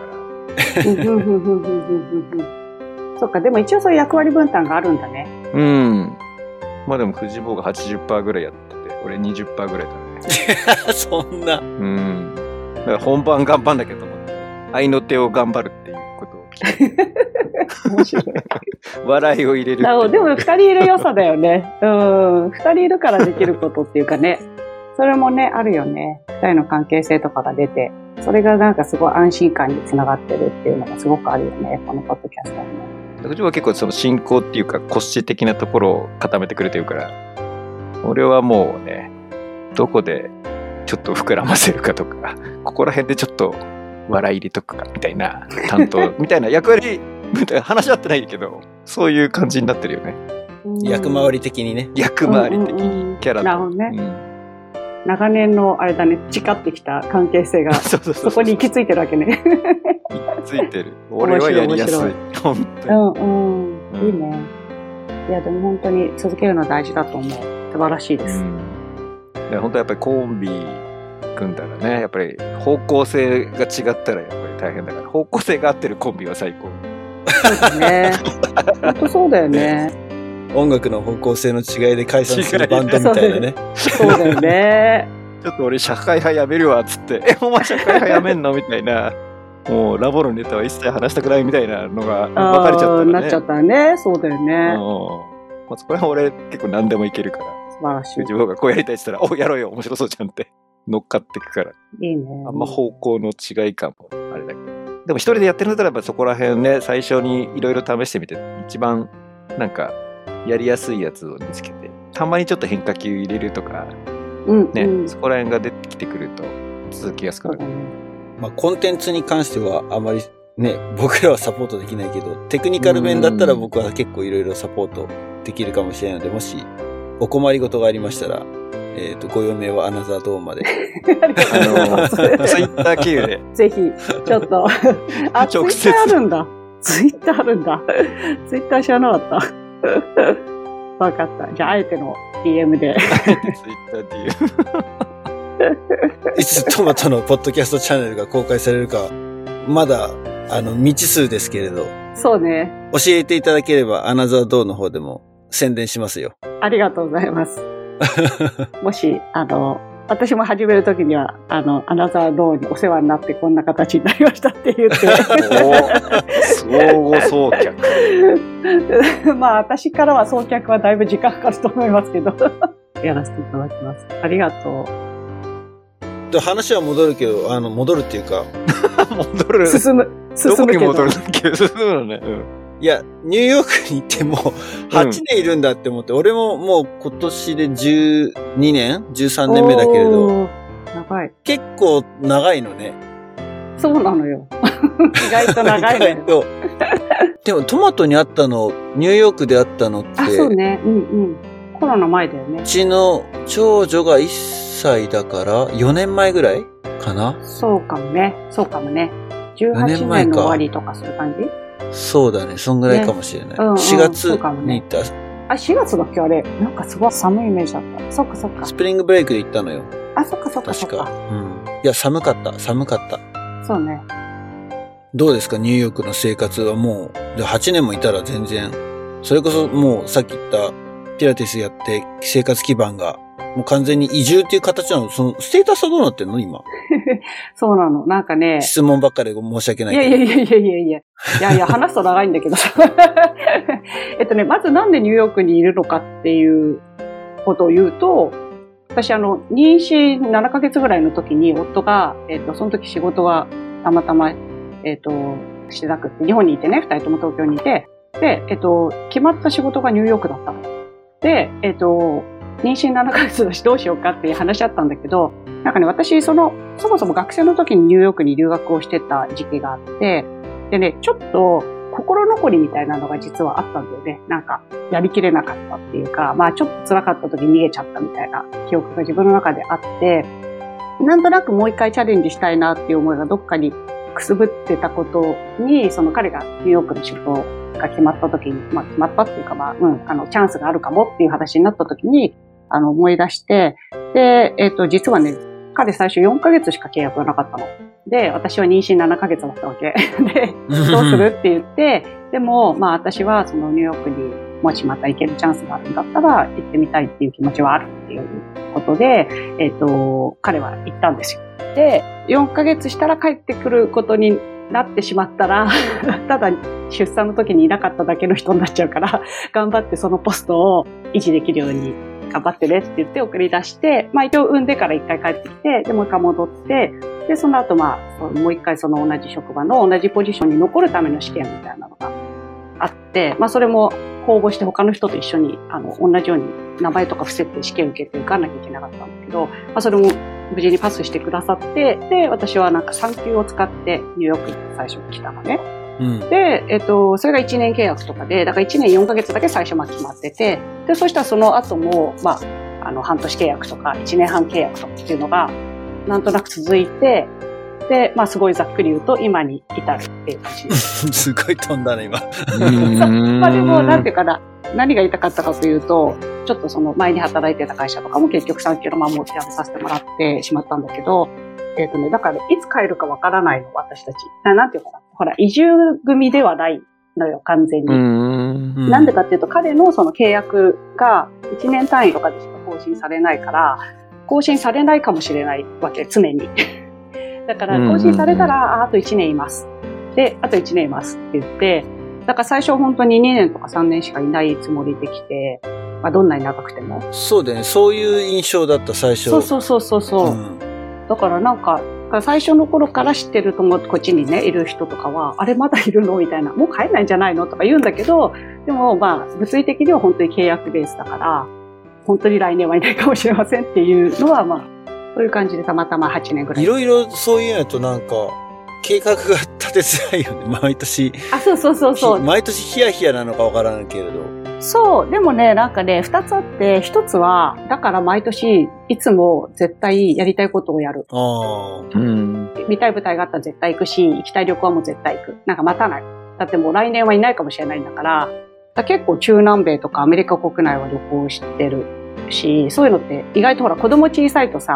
そっか、でも一応そういう役割分担があるんだね。 まあでも藤坊が 80% ぐらいやってて、俺 20% ぐらいだね。 そんな。 だから本番頑張んなきゃと思って、愛の手を頑張るっていうことを決めて。面白い。笑いを入れる。 でも2人いる良さだよね。2人いるからできることっていうかね。それもね、あるよね。2人の関係性とかが出て、それがなんかすごい安心感につながってるっていうのがすごくあるよね。このポッドキャストはね。 藤坊は結構その進行っていうか骨子的なところを固めてくれてるから、俺はもうね、どこでちょっと膨らませるかとか、ここら辺でちょっと笑い入れとくかみたいな担当みたいな役割、話し合ってないけど、そういう感じになってるよね。 役回り的にね。 役回り的にキャラと。 なるほどね。長年のあれだね、培ってきた関係性がそこに行き着いてるわけね。 行き着いてる。俺はやりやすい。本当に。いいね。いやでも本当に続けるのは大事だと思う。素晴らしいです。 本当やっぱりコンビ組んだらね、やっぱり方向性が違ったらやっぱり大変だから、方向性が合ってるコンビは最高。 そうだね。本当そうだよね。 音楽の方向性の違いで解散するバンドみたいなね。 そうだよね。 ちょっと俺社会派やめるわっつって、お前社会派やめんのみたいな、もうラボのネタは一切話したくないみたいなのが分かれちゃったらね。 なっちゃったらね。そうだよね。 そこら辺俺結構何でもいけるから。 素晴らしい。 自分がこうやりたいって言ったら、やろうよ、面白そうじゃんって乗っかってくから。 いいね。 あんま方向の違い感もあれだけど。でも一人でやってるんだったらやっぱそこら辺ね、最初にいろいろ試してみて、一番なんかやりやすいやつを見つけて、たまにちょっと変化球入れるとか、そこら辺が出てきてくると続きやすくなる。 まあコンテンツに関してはあまりね、僕らはサポートできないけど、テクニカル面だったら僕は結構いろいろサポートできるかもしれないので、もしお困りごとがありましたら、ご用命はアナザードーンまで。 ツイッター経由で。 ぜひ、ちょっと。ツイッターあるんだ。ツイッターあるんだ。ツイッター知らなかった。わかった。じゃあ、あえての DM で。 ツイッター DM。いつトマトのポッドキャストチャンネルが公開されるか、まだ、未知数ですけれど。 そうね。 教えていただければ、アナザードーの方でも宣伝しますよ。 ありがとうございます。もし、私も始めるときには、アナザードーにお世話になってこんな形になりましたって言って。 相互送客。 まあ、私からは送客はだいぶ時間かかると思いますけど、やらせていただきます。ありがとう。 で話は戻るけど、戻るっていうか。 戻る。 進むけど。 どこに戻るんだっけ？進むのね。うん。 いや、ニューヨークに行っても8年いるんだって思って、俺ももう今年で12年 ?13 年目だけれど。 長い。 結構長いのね。 そうなのよ。意外と長いのよ。意外と。 でもトマトにあったの、ニューヨークであったのって。 あ、そうね。うんうん。コロナ前だよね。 うちの長女が1歳だから4年前ぐらいかな？ そうかもね。そうかもね。18年の終わりとかそういう感じ？ そうだね。そんぐらいかもしれない。ね、4月に行った。 あ、4月だっけあれ。なんかすごい寒いイメージだった。そっかそっか。 スプリングブレイクで行ったのよ。 あ、そっかそっかそっか。 確か。うん。いや、寒かった。 そうね。 どうですかニューヨークの生活はもう、8年もいたら全然、それこそもうさっき言ったピラティスやって生活基盤がもう完全に移住っていう形なの。そのステータスはどうなってんの今。 そうなの。なんかね。 質問ばっかりで申し訳ないけど。 いや、話すと長いんだけどさ。まずなんでニューヨークにいるのかっていうことを言うと、私妊娠7ヶ月ぐらいの時に夫が、その時仕事がたまたま、してなくて、日本にいてね、二人とも東京にいて、で、決まった仕事がニューヨークだったの。で、妊娠7ヶ月だしどうしようかって話し合ったんだけど、なんかね、私、そもそも学生の時にニューヨークに留学をしてた時期があって、でね、ちょっと心残りみたいなのが実はあったんだよね。なんか、やりきれなかったっていうか、まあちょっと辛かった時に逃げちゃったみたいな記憶が自分の中であって、なんとなくもう一回チャレンジしたいなっていう思いがどっかにくすぶってたことに、その彼がニューヨークの仕事が決まった時に、まあ決まったっていうかチャンスがあるかもっていう話になった時に、思い出して、で、実はね、彼最初4ヶ月しか契約がなかったの。で、私は妊娠7ヶ月だったわけ。で、どうするって言って、でも、まあ私はそのニューヨークにもしまた行けるチャンスがあるんだったら行ってみたいっていう気持ちはあるっていうことで、彼は行ったんですよ。で、4ヶ月したら帰ってくることになってしまったら、ただ出産の時にいなかっただけの人になっちゃうから、頑張ってそのポストを維持できるように頑張ってねって言って送り出して、まあ一応産んでから一回帰ってきて、でもう一回戻って、で、その後まあ、もう一回その同じ職場の同じポジションに残るための試験みたいなのがあって、まあそれも公募して他の人と一緒に、同じように名前とか伏せて試験受けて受かんなきゃいけなかったんだけど、まあそれも無事にパスしてくださって、で、私はなんか産休を使ってニューヨークに最初に来たのね。うん、で、それが1年契約とかで、だから1年4ヶ月だけ最初まで決まってて、で、そしたらその後も、まあ、半年契約とか1年半契約とかっていうのが、なんとなく続いて、で、まあ、すごいざっくり言うと、今に至るっていう感じです。 すごい飛んだね、今。 まあ、でも、なんていうかな、何が言いたかったかというと、ちょっとその前に働いてた会社とかも結局産休のまま辞めさせてもらってしまったんだけど、だから、いつ帰るかわからないの、私たち。なんていうかな。ほら、移住組ではないのよ、完全に。なんでかっていうと、彼のその契約が1年単位とかでしか更新されないから、更新されないかもしれないわけ、常に。だから、更新されたら、あと1年います。で、あと1年いますって言って、だから最初本当に2年とか3年しかいないつもりできて、まあ、どんなに長くても。 そうだよね。そういう印象だった、最初。 そう。だからなんか、最初の頃から知ってるこっちにね、いる人とかは、あれまだいるのみたいな、もう帰んないんじゃないのとか言うんだけど、でもまあ、物理的には本当に契約ベースだから、本当に来年はいないかもしれませんっていうのは、まあ、そういう感じでたまたま8年ぐらい。 いろいろそういうのとなんか、計画が立てづらいよね、毎年。 あ、そう。 毎年ヒヤヒヤなのかわからんけれど。そう。 でもね、なんかね、2つあって、1つは、だから毎年、いつも絶対やりたいことをやる。見たい舞台があったら絶対行くし、行きたい旅行はもう絶対行く。なんか待たない。だってもう来年はいないかもしれないんだから、結構中南米とかアメリカ国内は旅行してるし、そういうのって意外とほら子供小さいとさ、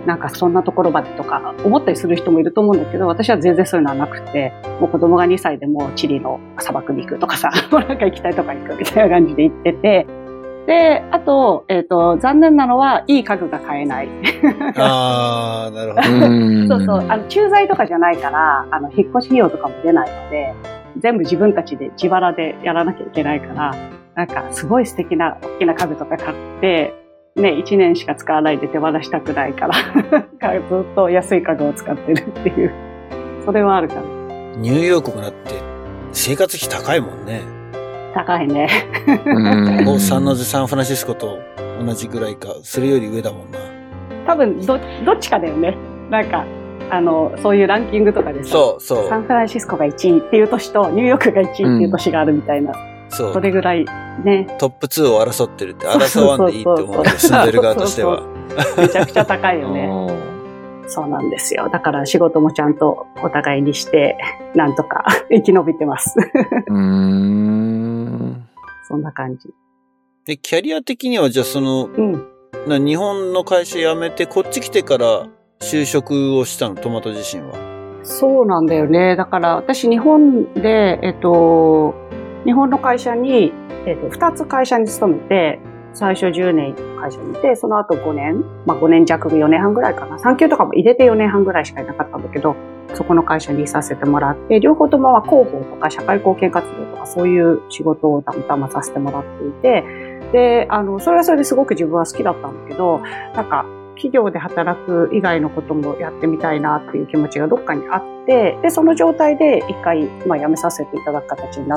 なんかそんなところまでとか思ったりする人もいると思うんだけど、私は全然そういうのはなくて、もう子供が2歳でもチリの砂漠に行くとかさ、なんか行きたいとか行くみたいな感じで行ってて、で、あと、残念なのは、いい家具が買えない。 ああ、なるほど。 そうそう。駐在とかじゃないから、引っ越し費用とかも出ないので、全部自分たちで自腹でやらなきゃいけないから、なんか、すごい素敵な、大きな家具とか買って、ね、1年しか使わないで手放したくないから、ずっと安い家具を使ってるっていう。それはあるから。 ニューヨークもだって、生活費高いもんね。 高いね。 もうサンノゼ、サンフランシスコと同じぐらいか、それより上だもんな。 多分、どっちかだよね。なんか、そういうランキングとかでさ、サンフランシスコが1位っていう年と、ニューヨークが1位っていう年があるみたいな。それぐらいね。 トップ2を争ってるって、争わんでいいって思うよ、住んでる側としては。 めちゃくちゃ高いよね。そうなんですよ。だから仕事もちゃんとお互いにして、なんとか生き延びてます。そんな感じ。 で、キャリア的にはじゃあ日本の会社辞めてこっち来てから就職をしたの、トマト自身は。 そうなんだよね。だから私日本で、日本の会社に、2つ会社に勤めて、最初10年会社にいて、その後5年、5年弱、4年半ぐらいかな。産休とかも入れて4年半ぐらいしかいなかったんだけど、そこの会社にいさせてもらって、両方ともは広報とか社会貢献活動とかそういう仕事をたまたまさせてもらっていて、で、それはそれですごく自分は好きだったんだけど、なんか、企業で働く以外のこともやってみたいなっていう気持ちがどっかにあって、で、その状態で一回、辞めさせていただく形になって、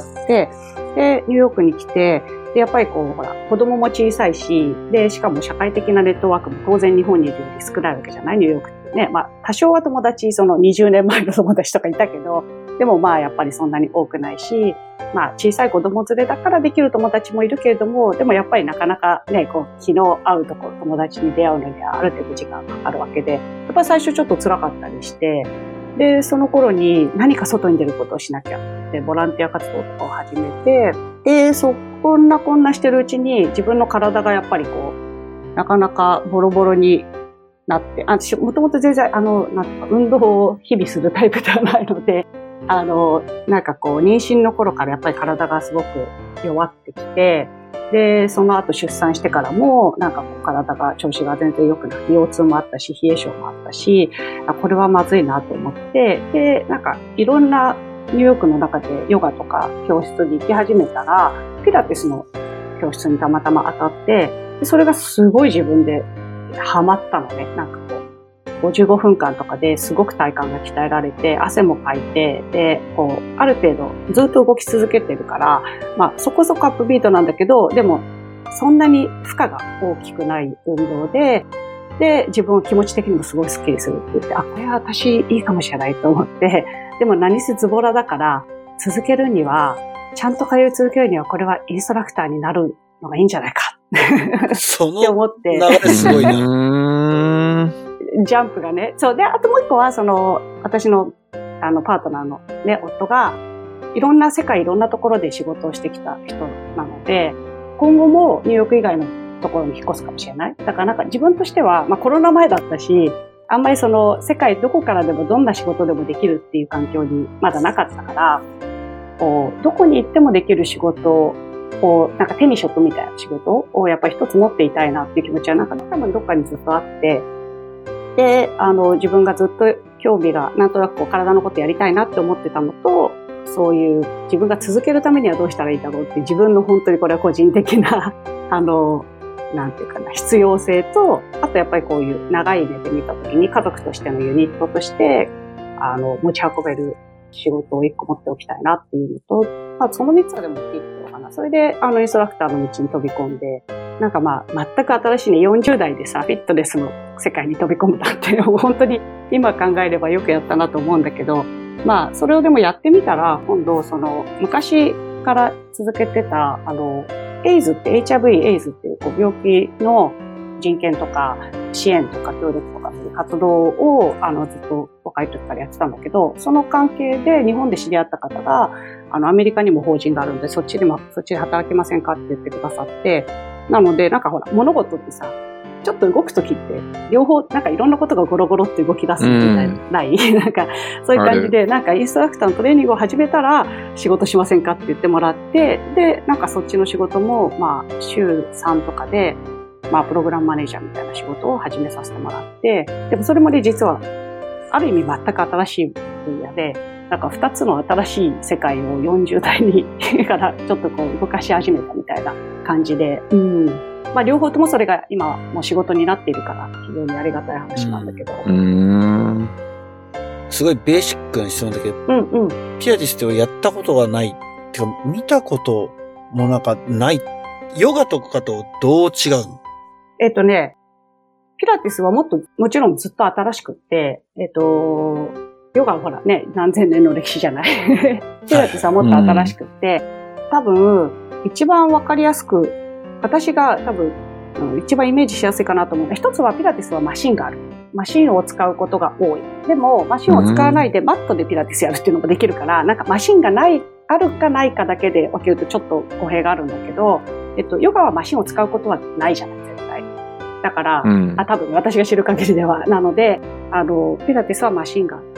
で、ニューヨークに来て、で、やっぱりほら、子供も小さいし、で、しかも社会的なネットワークも当然日本にいるより少ないわけじゃない、ニューヨークってね。多少は友達、20年前の友達とかいたけど、でもやっぱりそんなに多くないし、小さい子供連れだからできる友達もいるけれども、でもやっぱりなかなかね、昨日会うとこ友達に出会うのにはある程度時間がかかるわけで、やっぱり最初ちょっと辛かったりして、で、その頃に何か外に出ることをしなきゃって、ボランティア活動とかを始めて、で、こんなしてるうちに自分の体がやっぱりなかなかボロボロになって、私もともと全然運動を日々するタイプではないので、妊娠の頃からやっぱり体がすごく弱ってきて、で、その後出産してからも、体が調子が全然良くなくて、腰痛もあったし、冷え性もあったし、これはまずいなと思って、で、いろんなニューヨークの中でヨガとか教室に行き始めたら、ピラティスの教室にたまたま当たって、でそれがすごい自分でハマったのね。55分間とかですごく体幹が鍛えられて、汗もかいて、で、ある程度ずっと動き続けてるから、そこそこアップビートなんだけど、でも、そんなに負荷が大きくない運動で、で、自分は気持ち的にもすごいスッキリするって言って、これは私いいかもしれないと思って、でも何せズボラだから、続けるには、ちゃんと通い続けるには、これはインストラクターになるのがいいんじゃないか。 その流れすごいな。 ジャンプがね。そう。で、あともう一個は、私の、パートナーのね、夫が、世界いろんなところで仕事をしてきた人なので、今後もニューヨーク以外のところに引っ越すかもしれない。だから自分としては、コロナ前だったし、あんまり世界どこからでもどんな仕事でもできるっていう環境にまだなかったから、どこに行ってもできる仕事を、手に職みたいな仕事をやっぱり一つ持っていたいなっていう気持ちは多分どっかにずっとあって、で、自分がずっと興味が、なんとなく体のことやりたいなって思ってたのと、そういう自分が続けるためにはどうしたらいいだろうっていう自分の本当にこれは個人的な、なんていうかな、必要性と、あとやっぱりこういう長い目で見たときに家族としてのユニットとして、持ち運べる仕事を一個持っておきたいなっていうのと、その三つはでも大きいっていうのかな。それで、インストラクターの道に飛び込んで、全く新しいね、40代でさ、フィットネスの世界に飛び込むなんて、本当に今考えればよくやったなと思うんだけど、それをでもやってみたら、今度、昔から続けてた、エイズって、HIV エイズっていう病気の人権とか支援とか協力とかっていう活動を、ずっと若い時からやってたんだけど、その関係で日本で知り合った方が、アメリカにも法人があるんで、そっちで働きませんかって言ってくださって、なので、ほら、物事ってさ、 ちょっと動くときって、両方、なんかいろんなことがゴロゴロって動き出すみたいな、ない？なんか、そういう感じで、なんかインストラクターのトレーニングを始めたら、仕事しませんかって言ってもらって、で、なんかそっちの仕事も、まあ、週3とかで、まあ、プログラムマネージャーみたいな仕事を始めさせてもらって、でもそれもね、実は、ある意味全く新しい分野で、なんか2つの新しい世界を40代にからちょっとこう動かし始めたみたいな感じで、まあ両方ともそれが今もう仕事になっているから非常にありがたい話なんだけど。 すごいベーシックな質問だけど、ピラティスってやったことがないってか見たこともなんかない。ヨガとかとどう違うの？ ピラティスはもちろんずっと新しくって、ヨガはほらね、何千年の歴史じゃない。ピラティスはもっと新しくって、多分、一番わかりやすく、私が多分、一番イメージしやすいかなと思うのは、一つはピラティスはマシンがある。マシンを使うことが多い。でも、マシンを使わないでマットでピラティスやるっていうのもできるから、なんかマシンがあるかないかだけで分けるとちょっと語弊があるんだけど、ヨガはマシンを使うことはないじゃない、絶対。だから、多分私が知る限りでは。なので、ピラティスはマシンがあって、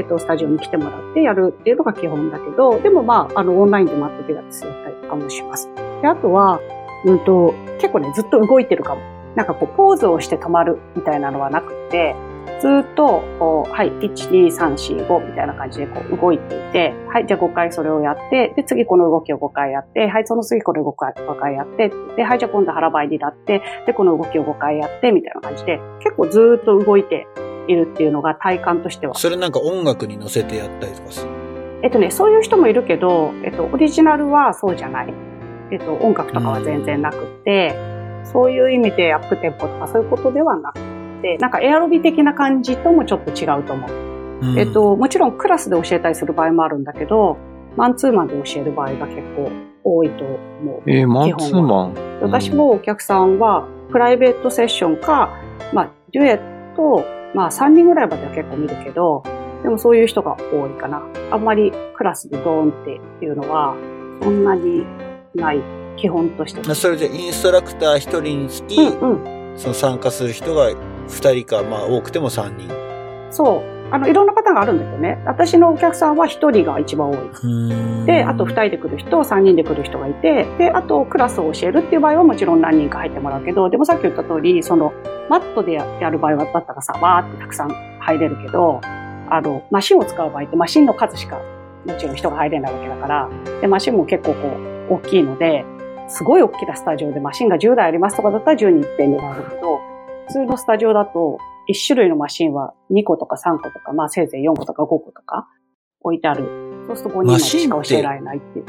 スタジオに来てもらってやるっていうのが基本だけど、でもまあ、オンラインでマットピラティスやったりとかもします。で、あとは、結構ね、ずっと動いてるかも。なんかこう、ポーズをして止まるみたいなのはなくて、ずっと、はい、1、2、3、4、5みたいな感じでこう動いていて、はい、じゃあ5回それをやって、で、次この動きを5回やって、はい、その次これ5回やって、で、はい、じゃあ今度腹ばいになって、で、この動きを5回やって、みたいな感じで、結構ずっと動いているっていうのが体感としては。 それなんか音楽に乗せてやったりとかする？そういう人もいるけど、オリジナルはそうじゃない。音楽とかは全然なくて、そういう意味でアップテンポとかそういうことではなくて、なんかエアロビ的な感じともちょっと違うと思う。もちろんクラスで教えたりする場合もあるんだけど、マンツーマンで教える場合が結構多いと思う。 マンツーマン？ 私もお客さんはプライベートセッションか、まあ、デュエット、まあ3人ぐらいまでは結構見るけど、でもそういう人が多いかな。あんまりクラスでドーンっていうのは、そんなにない。基本として。 それでインストラクター1人につき、その参加する人が2人か、まあ多くても3人。 そう。いろんなパターンがあるんだけどね。私のお客さんは1人が一番多い。で、あと2人で来る人、3人で来る人がいて、で、あとクラスを教えるっていう場合はもちろん何人か入ってもらうけど、でもさっき言った通り、マットでやる場合だったらさ、わーってたくさん入れるけど、マシンを使う場合ってマシンの数しかもちろん人が入れないわけだから、で、マシンも結構こう、大きいので、すごい大きなスタジオでマシンが10台ありますとかだったら10人いっぺんになるけど、普通のスタジオだと1種類のマシンは2個とか3個とか、まあせいぜい4個とか5個とか置いてある。そうすると5人までしか教えられないっていう。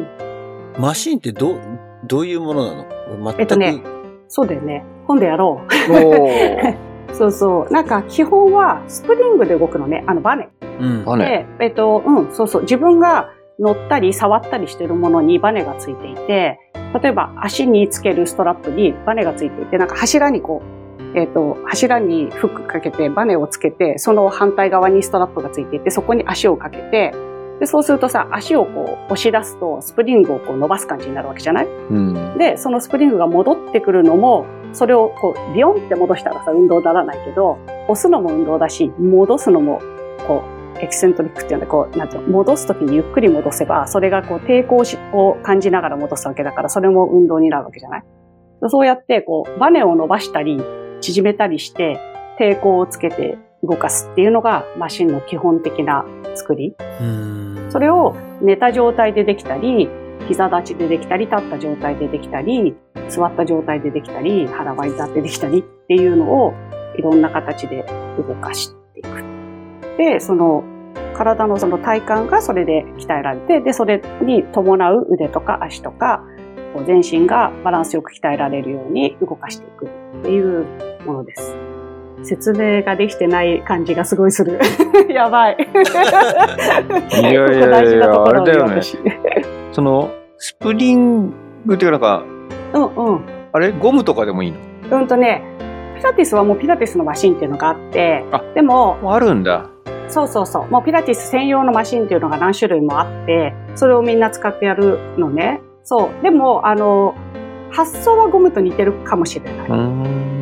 マシンってどういうものなの？全く。 そうだよね。今度やろう。そうそう。なんか基本はスプリングで動くのね。バネ。 バネ。 で、そうそう。自分が乗ったり触ったりしてるものにバネがついていて、例えば足につけるストラップにバネがついていて、なんか柱にこう、柱にフックかけてバネをつけて、その反対側にストラップがついていて、そこに足をかけて、で、そうするとさ、足をこう押し出すとスプリングをこう伸ばす感じになるわけじゃない？で、そのスプリングが戻ってくるのも、それをこう、ビヨンって戻したらさ、運動にならないけど、押すのも運動だし、戻すのも、こう、エキセントリックっていうので、こう、なんていうの、戻すときにゆっくり戻せば、それがこう、抵抗を感じながら戻すわけだから、それも運動になるわけじゃない？そうやって、こう、バネを伸ばしたり、縮めたりして、抵抗をつけて動かすっていうのが、マシンの基本的な作り。それを寝た状態でできたり、膝立ちでできたり、立った状態でできたり、座った状態でできたり、腹ばい座ってできたりっていうのを、いろんな形で動かしていく。で、体のその体幹がそれで鍛えられて、で、それに伴う腕とか足とか、全身がバランスよく鍛えられるように動かしていくっていうものです。説明ができてない感じがすごいする。やばい。 いや、あれだよね。スプリングっていうかあれゴムとかでもいいの？ ピラティスはもうピラティスのマシンっていうのがあって、でも、 あるんだ。 そう。もうピラティス専用のマシンっていうのが何種類もあって、それをみんな使ってやるのね。そう。でも、発想はゴムと似てるかもしれない。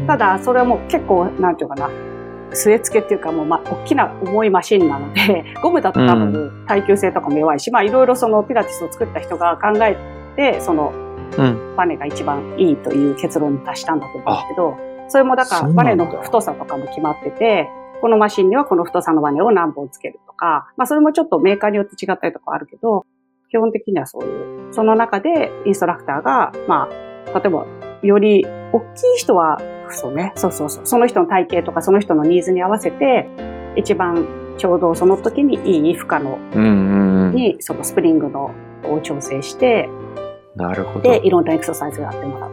ただ、それはもう結構、なんていうかな、据え付けっていうかもう大きな重いマシンなので、ゴムだと多分耐久性とかも弱いし、いろいろそのピラティスを作った人が考えて、その、バネが一番いいという結論に達したんだと思うんだけど、それもだからバネの太さとかも決まってて、このマシンにはこの太さのバネを何本つけるとか、それもちょっとメーカーによって違ったりとかあるけど、基本的にはそういう、その中でインストラクターが、例えば、より大きい人は、そうね、そう、その人の体型とかその人のニーズに合わせて、一番ちょうどその時にいい負荷の、に、そのスプリングのを調整して、 なるほど。 で、いろんなエクササイズをやってもらう。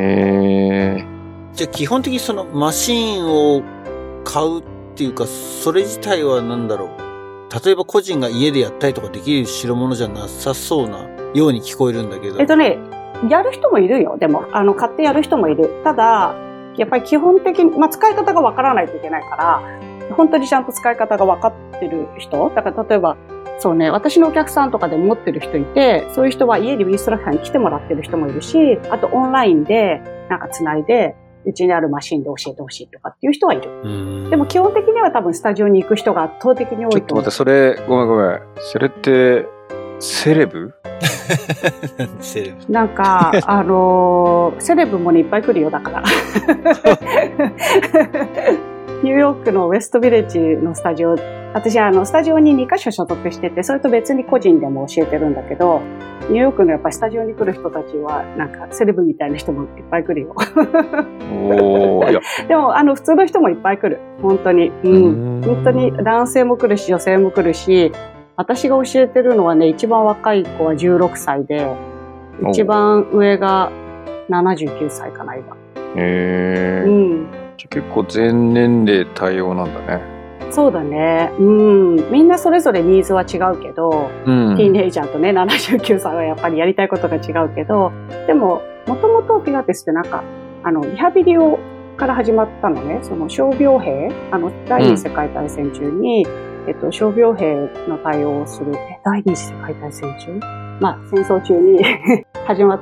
じゃあ基本的にそのマシンを買うっていうか、それ自体は何だろう。例えば個人が家でやったりとかできる代物じゃなさそうなように聞こえるんだけど。 やる人もいるよ。でも、買ってやる人もいる。ただ、やっぱり基本的に、使い方がわからないといけないから、本当にちゃんと使い方がわかってる人。だから例えば、そうね、私のお客さんとかで持ってる人いて、そういう人は家にインストラクターに来てもらってる人もいるし、あとオンラインで繋いで、うちにあるマシンで教えてほしいとかっていう人はいる。でも基本的には多分スタジオに行く人が圧倒的に多いと思う。 ちょっと待って、それ、ごめん。それって、セレブセレブ。 セレブもね、いっぱい来るよ、だから。ニューヨークのウェストビレッジのスタジオ、私スタジオに2カ所所属してて、それと別に個人でも教えてるんだけど、ニューヨークのやっぱりスタジオに来る人たちは、セレブみたいな人もいっぱい来るよ。でも、普通の人もいっぱい来る。本当に。本当に男性も来るし、女性も来るし、私が教えてるのはね、一番若い子は16歳で、一番上が79歳かな、今。 結構全年齢対応なんだね。 そうだね。みんなそれぞれニーズは違うけど、ティーンエイジャーとね、79歳はやっぱりやりたいことが違うけど、でも、もともとピラティスってリハビリから始まったのね、その傷病兵、第二次世界大戦中に、傷病兵の対応をする、第二次世界大戦中戦争中に始まって、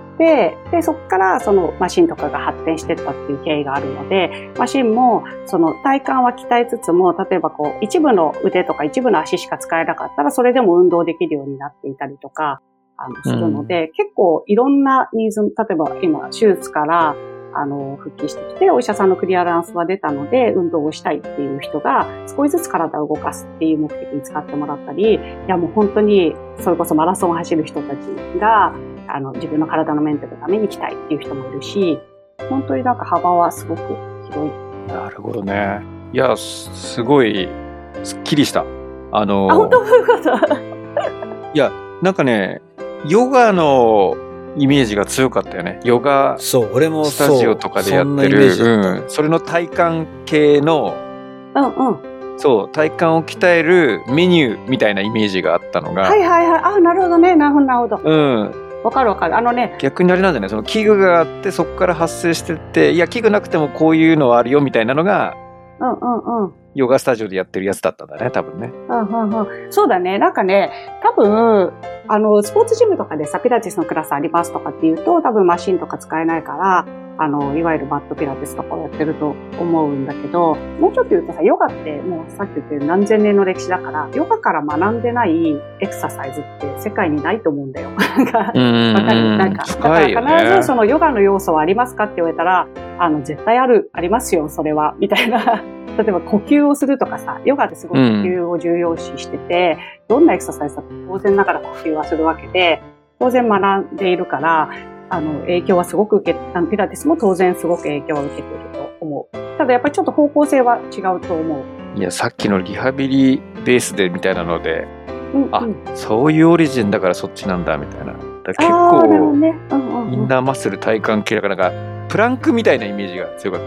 で、そこからそのマシンとかが発展していったっていう経緯があるので、マシンもその体幹は鍛えつつも、例えば一部の腕とか一部の足しか使えなかったら、それでも運動できるようになっていたりとか、するので、結構いろんなニーズ、例えば今、手術から、復帰してきて、お医者さんのクリアランスは出たので、運動をしたいっていう人が、少しずつ体を動かすっていう目的に使ってもらったり、いやもう本当に、それこそマラソンを走る人たちが、自分の体のメンテのために来たいっていう人もいるし、本当に幅はすごく広い。 なるほどね。いや、すごい、すっきりした。 本当いうこといや、ヨガのイメージが強かったよね。ヨガ俺もスタジオとかでやってる、それの体幹系の、そう、体幹を鍛えるメニューみたいなイメージがあったのが。 はい。なるほどね。なるほど。わかる。 逆にあれなんだね。その器具があって、そこから発生してって、いや、器具なくてもこういうのはあるよみたいなのが、ヨガスタジオでやってるやつだったんだね、多分ね。 そうだね。多分、スポーツジムとかでピラティスのクラスありますとかっていうと、多分マシンとか使えないから、いわゆるマットピラティスとかをやってると思うんだけど、もうちょっと言うとヨガってもうさっき言ったように何千年の歴史だから、ヨガから学んでないエクササイズって世界にないと思うんだよ。わかる？だから必ずそのヨガの要素はありますかって言われたら、絶対ありますよ、それは、みたいな。例えば呼吸をするとかさ、ヨガってすごい呼吸を重要視してて、どんなエクササイズだって当然ながら呼吸はするわけで、当然学んでいるから、影響はすごくピラティスも当然すごく影響は受けていると思う。ただやっぱりちょっと方向性は違うと思う。 いや、さっきのリハビリベースでみたいなので、そういうオリジンだからそっちなんだみたいな。結構、インナーマッスル体幹系だからプランクみたいなイメージが強かった。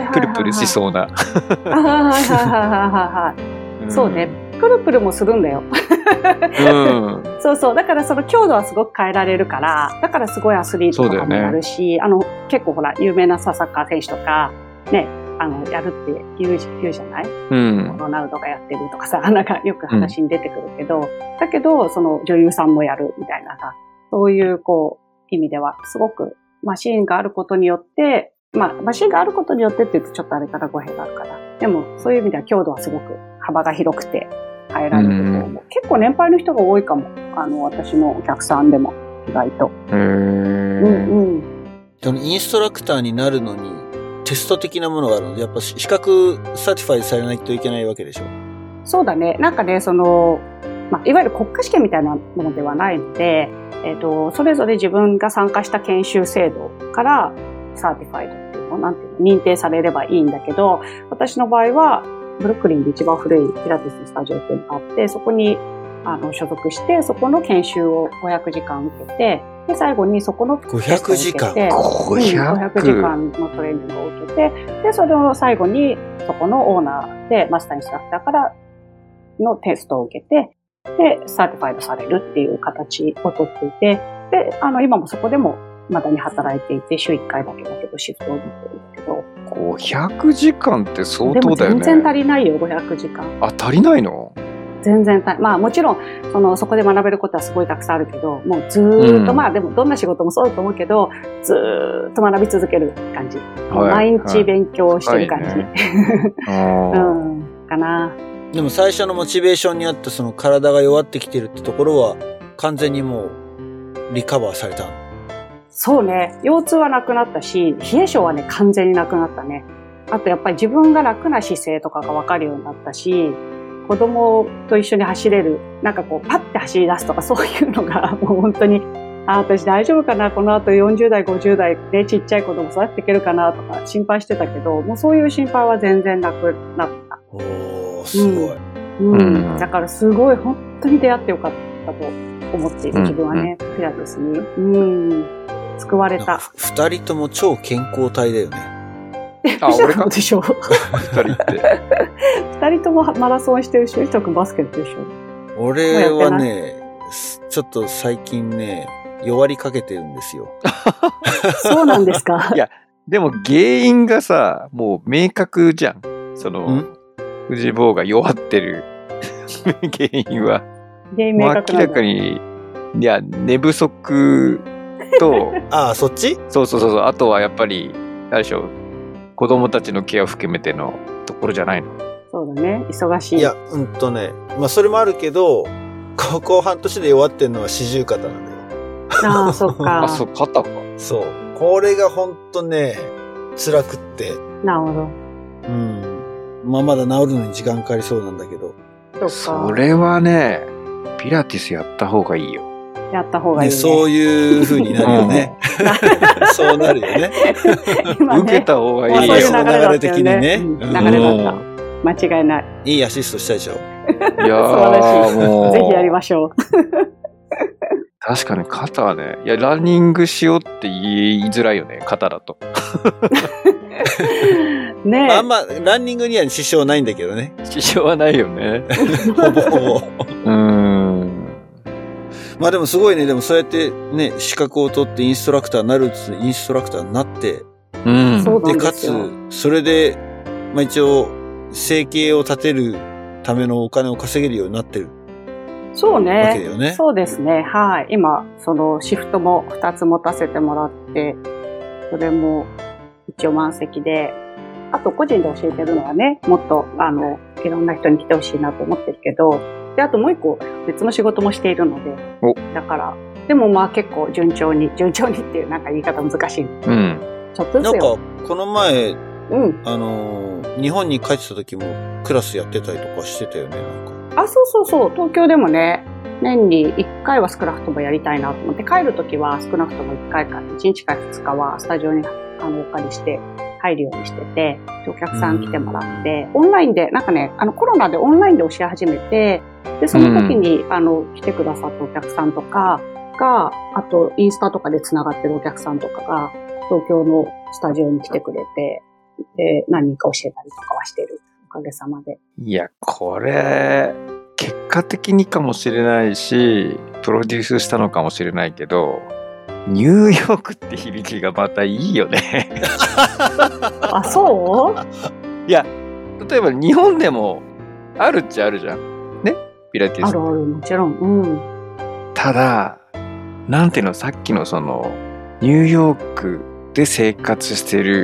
プルプルしそうな。 そうね。プルプルもするんだよ。そう。だからその強度はすごく変えられるから、だからすごいアスリートとかもなるし、結構有名なサッカー選手とか、ね、やるって言うじゃない？ロナウドがやってるとかさ、よく話に出てくるけど、だけど、その女優さんもやるみたいなさ、そういう意味では、すごくマシンがあることによって、 まあ、マシンがあることによってって言うとちょっとあれから語弊があるから。でも、そういう意味では強度はすごく幅が広くて耐えられると思う。結構年配の人が多いかも。私のお客さんでも、意外と。 でもインストラクターになるのに、テスト的なものがあるので、やっぱ資格サーティファイされないといけないわけでしょ？ そうだね。なんかね、まあ、いわゆる国家試験みたいなものではないので、それぞれ自分が参加した研修制度からサーティファイドっていうの、なんていうの、認定されればいいんだけど、私の場合は、ブルックリンで一番古いピラティスのスタジオっていうのがあって、そこに、所属して、そこの研修を500時間受けて、で、最後にそこのテストを受けて、500時間のトレーニングを受けて、で、それを最後に、そこのオーナーで、マスターインストラクターからのテストを受けて、で、サーティファイドされるっていう形をとっていて、で、今もそこでもまだに働いていて、週1回だけだけど、シフトを持ってるんだけど。 500時間って相当だよね。 でも全然足りないよ、500時間。 あ、足りないの？ 全然まあもちろん、そこで学べることはすごいたくさんあるけど、もうずーっと、まあでもどんな仕事もそうだと思うけど、ずーっと学び続ける感じ。毎日勉強してる感じ。かな。 でも最初のモチベーションにあったその体が弱ってきてるってところは完全にもうリカバーされたの？ そうね。腰痛はなくなったし、冷え性はね、完全になくなったね。あとやっぱり自分が楽な姿勢とかがわかるようになったし、子供と一緒に走れる、なんかこうパッて走り出すとかそういうのがもう本当に、私大丈夫かなこの後40代、50代でちっちゃい子供育っていけるかなとか心配してたけど、もうそういう心配は全然なくなった。 おー、すごい。 だからすごい本当に出会ってよかったと思っている自分はね、ピラティスに。救われた。 二人とも超健康体だよね。 俺かでしょ。 二人って。 二人ともマラソンしてるし、一くバスケットでしょ。 俺はね、ちょっと最近ね、弱りかけてるんですよ。 そうなんですか？ いや、でも原因がさ、もう明確じゃん。藤坊が弱ってる原因は。 原因明確なんだ。 明らかに、いや、寝不足と、 そっち？ そう。あとはやっぱり、何でしょう。子供たちのケアを含めてのところじゃないの？ そうだね。忙しい。 いや、まあそれもあるけど、ここ半年で弱ってんのは四十肩なんだよ。 そっか。 そう、肩か。 そう。これがほんとね、辛くって。 なるほど。 まあまだ治るのに時間かかりそうなんだけど。 それはね、ピラティスやった方がいいよ。 やった方がいいね。 そういう風になるよね。そうなるよね。 受けた方がいいよ。 そういう流れ的にね。 流れだった。間違いない。 いいアシストしたでしょ。 いやーもう。 ぜひやりましょう。 確かに肩はね、いや、ランニングしようって言いづらいよね、肩だと。 ねえ。 あんま、ランニングには支障ないんだけどね。 支障はないよね。 ほぼほぼ。まあでもすごいね、でもそうやってね、資格を取ってインストラクターになるインストラクターになって、で、かつ、それで、まあ一応、生計を立てるためのお金を稼げるようになってる。 そうね。 わけだよね。 そうですね。はい。今、シフトも2つ持たせてもらって、それも一応満席で、あと個人で教えてるのはね、もっと、いろんな人に来てほしいなと思ってるけど、で、あともう一個別の仕事もしているので、だから、でもまあ結構順調にっていうなんか言い方難しい。ちょっとずつよ。 なんか、この前、日本に帰ってた時もクラスやってたりとかしてたよね、なんか。 そう。東京でもね、年に1回は少なくともやりたいなと思って、帰る時は少なくとも1回か、1日か2日はスタジオにお借りして入るようにしてて、お客さん来てもらって、オンラインで、なんかね、コロナでオンラインで教え始めて、で、その時に、来てくださったお客さんとかが、あと、インスタとかで繋がってるお客さんとかが、東京のスタジオに来てくれて、で、何人か教えたりとかはしてる。おかげさまで。 いや、これ、結果的にかもしれないし、プロデュースしたのかもしれないけど、ニューヨークって響きがまたいいよね。 そういや、例えば日本でもあるっちゃあるじゃん。ね、ピラティス。 ある、もちろん。 ただ、なんていうの、さっきのニューヨークで生活してる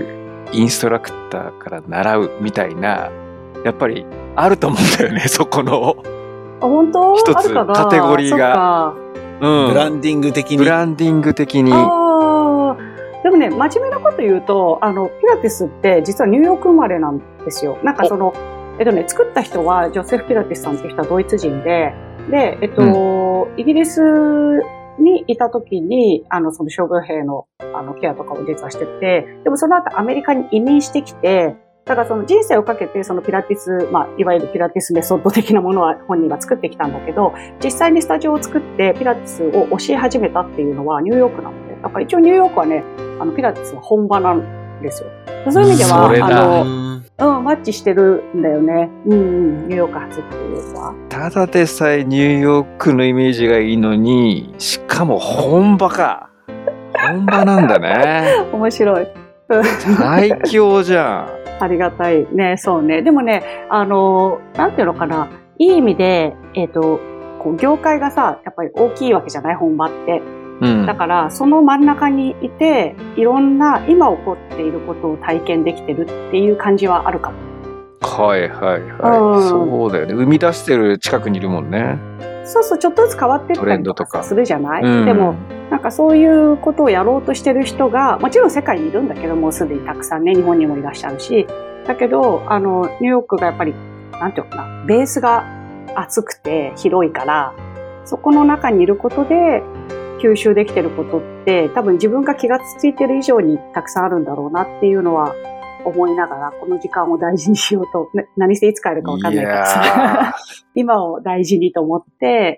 インストラクターから習うみたいな、やっぱりあると思うんだよね、そこの。 本当？ 一つカテゴリーが。 ブランディング的に。 ブランディング的に。 でもね、真面目なこと言うと、ピラティスって実はニューヨーク生まれなんですよ。なんか作った人はジョセフ・ピラティスさんっていう人はドイツ人で、イギリスにいた時に、その傷病兵の、ケアとかを実はしてて、でもその後アメリカに移民してきて、だからその人生をかけてそのピラティス、いわゆるピラティスメソッド的なものは本人は作ってきたんだけど、実際にスタジオを作ってピラティスを教え始めたっていうのはニューヨークなので、だから一応ニューヨークはね、ピラティスは本場なんですよ。そういう意味では、マッチしてるんだよね。ニューヨーク発っていうのは。 ただでさえニューヨークのイメージがいいのに、しかも本場か。本場なんだね。 面白い。 最強じゃん。 ありがたい。ね、そうね。でもね、なんていうのかな。いい意味で、業界がさ、やっぱり大きいわけじゃない、本場って。だから、その真ん中にいて、いろんな今起こっていることを体験できてるっていう感じはあるかも。 はいはいはい。そうだよね。生み出してる近くにいるもんね。 そうそう、ちょっとずつ変わっていったりとかするじゃない？でも、なんかそういうことをやろうとしてる人が、もちろん世界にいるんだけども、すでにたくさんね、日本にもいらっしゃるし、だけど、ニューヨークがやっぱり、なんていうのかな、ベースが厚くて広いから、そこの中にいることで、吸収できてることって、多分自分が気がついてる以上にたくさんあるんだろうなっていうのは、思いながら、この時間を大事にしようと、何せいつ帰るかわかんないからさ、今を大事にと思って、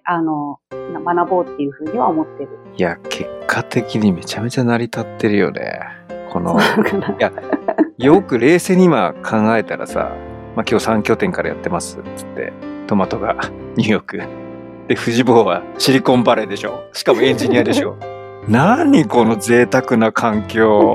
学ぼうっていうふうには思ってる。 いや、結果的にめちゃめちゃ成り立ってるよね。いや、よく冷静に今考えたらさ、今日3拠点からやってますっつって、トマトがニューヨーク。で、藤坊はシリコンバレーでしょ。しかもエンジニアでしょ。何この贅沢な環境。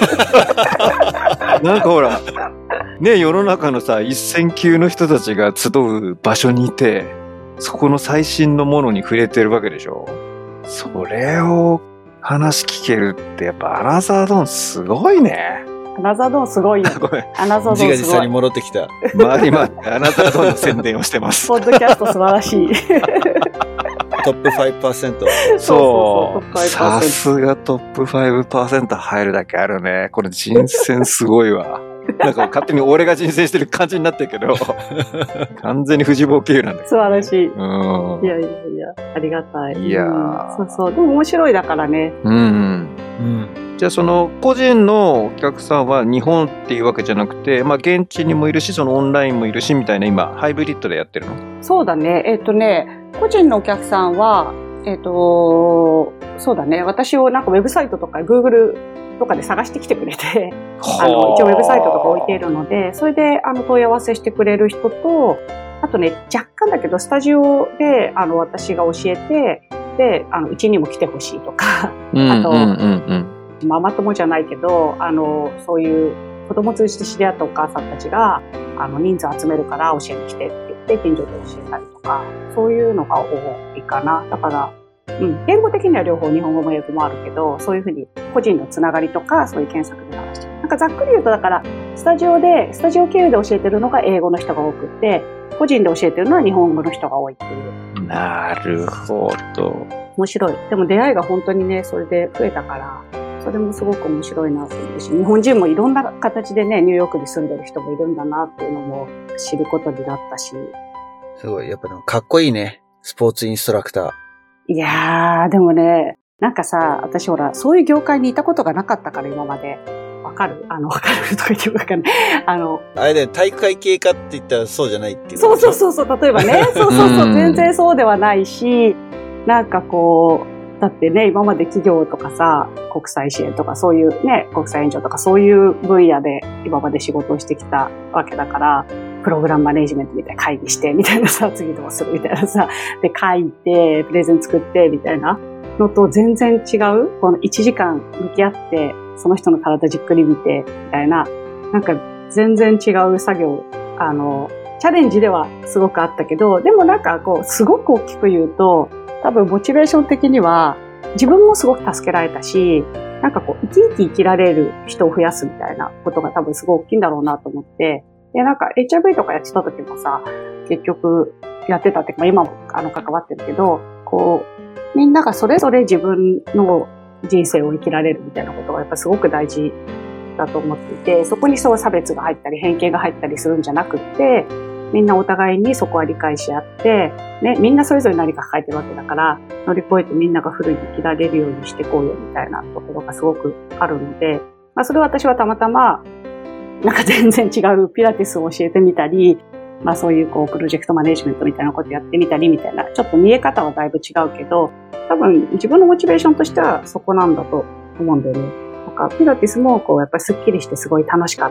なんかほら、ね、世の中のさ、一線級の人たちが集う場所にいて、そこの最新のものに触れてるわけでしょ。それを話聞けるってやっぱアナザードーンすごいね。 アナザードーンすごいよ。 ごめん。 アナザードーンすごい。 自画自賛に戻ってきた。 回り回ってアナザードーンの宣伝をしてます。 ポッドキャスト素晴らしい。 トップ 5%。 そう。さすがトップ 5% 入るだけあるね。これ人選すごいわ。なんか勝手に俺が人選してる感じになってるけど、完全に藤坊経由なんだけど。 素晴らしい。いやいや、ありがたい。 いや、 そうそう。でも面白いだからね。 じゃあその個人のお客さんは日本っていうわけじゃなくて、現地にもいるし、そのオンラインもいるしみたいな、今ハイブリッドでやってるの？ そうだね。個人のお客さんは、そうだね。私をなんかウェブサイトとか Google とかで探してきてくれて、一応ウェブサイトとか置いているので、それで問い合わせしてくれる人と、あとね、若干だけどスタジオで私が教えて、で、うちにも来てほしいとか、あと、ママ友じゃないけど、そういう子供通じて知り合ったお母さんたちが、人数集めるから教えに来てって言って、近所で教えたりとか、そういうのが多いかな。だから、言語的には両方日本語も英語もあるけど、そういうふうに個人のつながりとか、そういう検索で流してる。なんかざっくり言うと、だから、スタジオ経由で教えてるのが英語の人が多くて、個人で教えてるのは日本語の人が多いっていう。 なるほど。 面白い。でも出会いが本当にね、それで増えたから、それもすごく面白いなと思うし、日本人もいろんな形でね、ニューヨークに住んでる人もいるんだなっていうのも知ることになったし。 すごい。やっぱでもかっこいいね。スポーツインストラクター。 いやー、でもね、なんかさ、私ほら、そういう業界にいたことがなかったから今まで。わかるわかるとか言ってわかんない。 あれで体育会系かって言ったらそうじゃないっていう。 そう、例えばね。そう、全然そうではないし、なんかこう、だってね、今まで企業とかさ、国際支援とかそういうね、国際援助とかそういう分野で今まで仕事をしてきたわけだから、プログラムマネジメントみたいな会議してみたいなさ、次どうするみたいなさ、で書いて、プレゼン作ってみたいなのと全然違う、この1時間向き合って、その人の体じっくり見て、みたいな、なんか全然違う作業、チャレンジではすごくあったけど、でもなんかこう、すごく大きく言うと、多分モチベーション的には自分もすごく助けられたし、 なんかこう、生き生き生きられる人を増やすみたいなことが多分すごい大きいんだろうなと思って、で、なんか HIV とかやってた時もさ、結局やってたっていうか、今も関わってるけど、こう、みんながそれぞれ自分の人生を生きられるみたいなことがやっぱすごく大事だと思っていて、そこにそう差別が入ったり偏見が入ったりするんじゃなくって、みんなお互いにそこは理解し合って、ね、みんなそれぞれ何か抱えてるわけだから、乗り越えてみんながフルに生きられるようにしていこうよみたいなところがすごくあるので、まあそれは私はたまたま、なんか全然違うピラティスを教えてみたり、まあそういうこうプロジェクトマネジメントみたいなことやってみたりみたいな、ちょっと見え方はだいぶ違うけど、多分自分のモチベーションとしてはそこなんだと思うんだよね。なんかピラティスもこうやっぱりスッキリしてすごい楽しかった、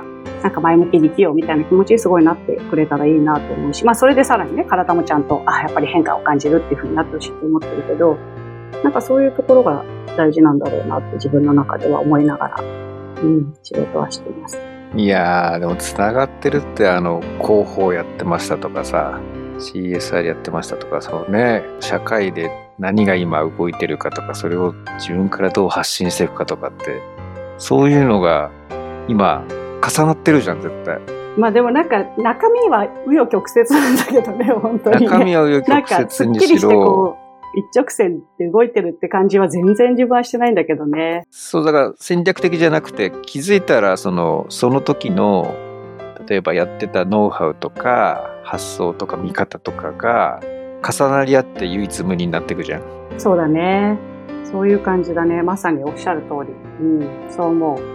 なんか前向きに生きようみたいな気持ちにすごいなってくれたらいいなと思うし、まあそれでさらにね、体もちゃんと、やっぱり変化を感じるっていう風になってほしいと思ってるけど、なんかそういうところが大事なんだろうなって自分の中では思いながら、仕事はしています。 いやー、でも繋がってるって、広報やってましたとかさ、CSR やってましたとか、そのね、社会で何が今動いてるかとか、それを自分からどう発信していくかとかって、そういうのが今重なってるじゃん、絶対。 まあでもなんか中身は紆余曲折なんだけどね、本当に、ね。 中身は紆余曲折にしろ。なんかすっきりしてこう、 一直線で動いてるって感じは全然自分はしてないんだけどね。 そう、だから戦略的じゃなくて、気づいたらその時の、例えばやってたノウハウとか発想とか見方とかが重なり合って唯一無二になっていくじゃん。 そうだね。そういう感じだね。まさにおっしゃる通り。そう思う。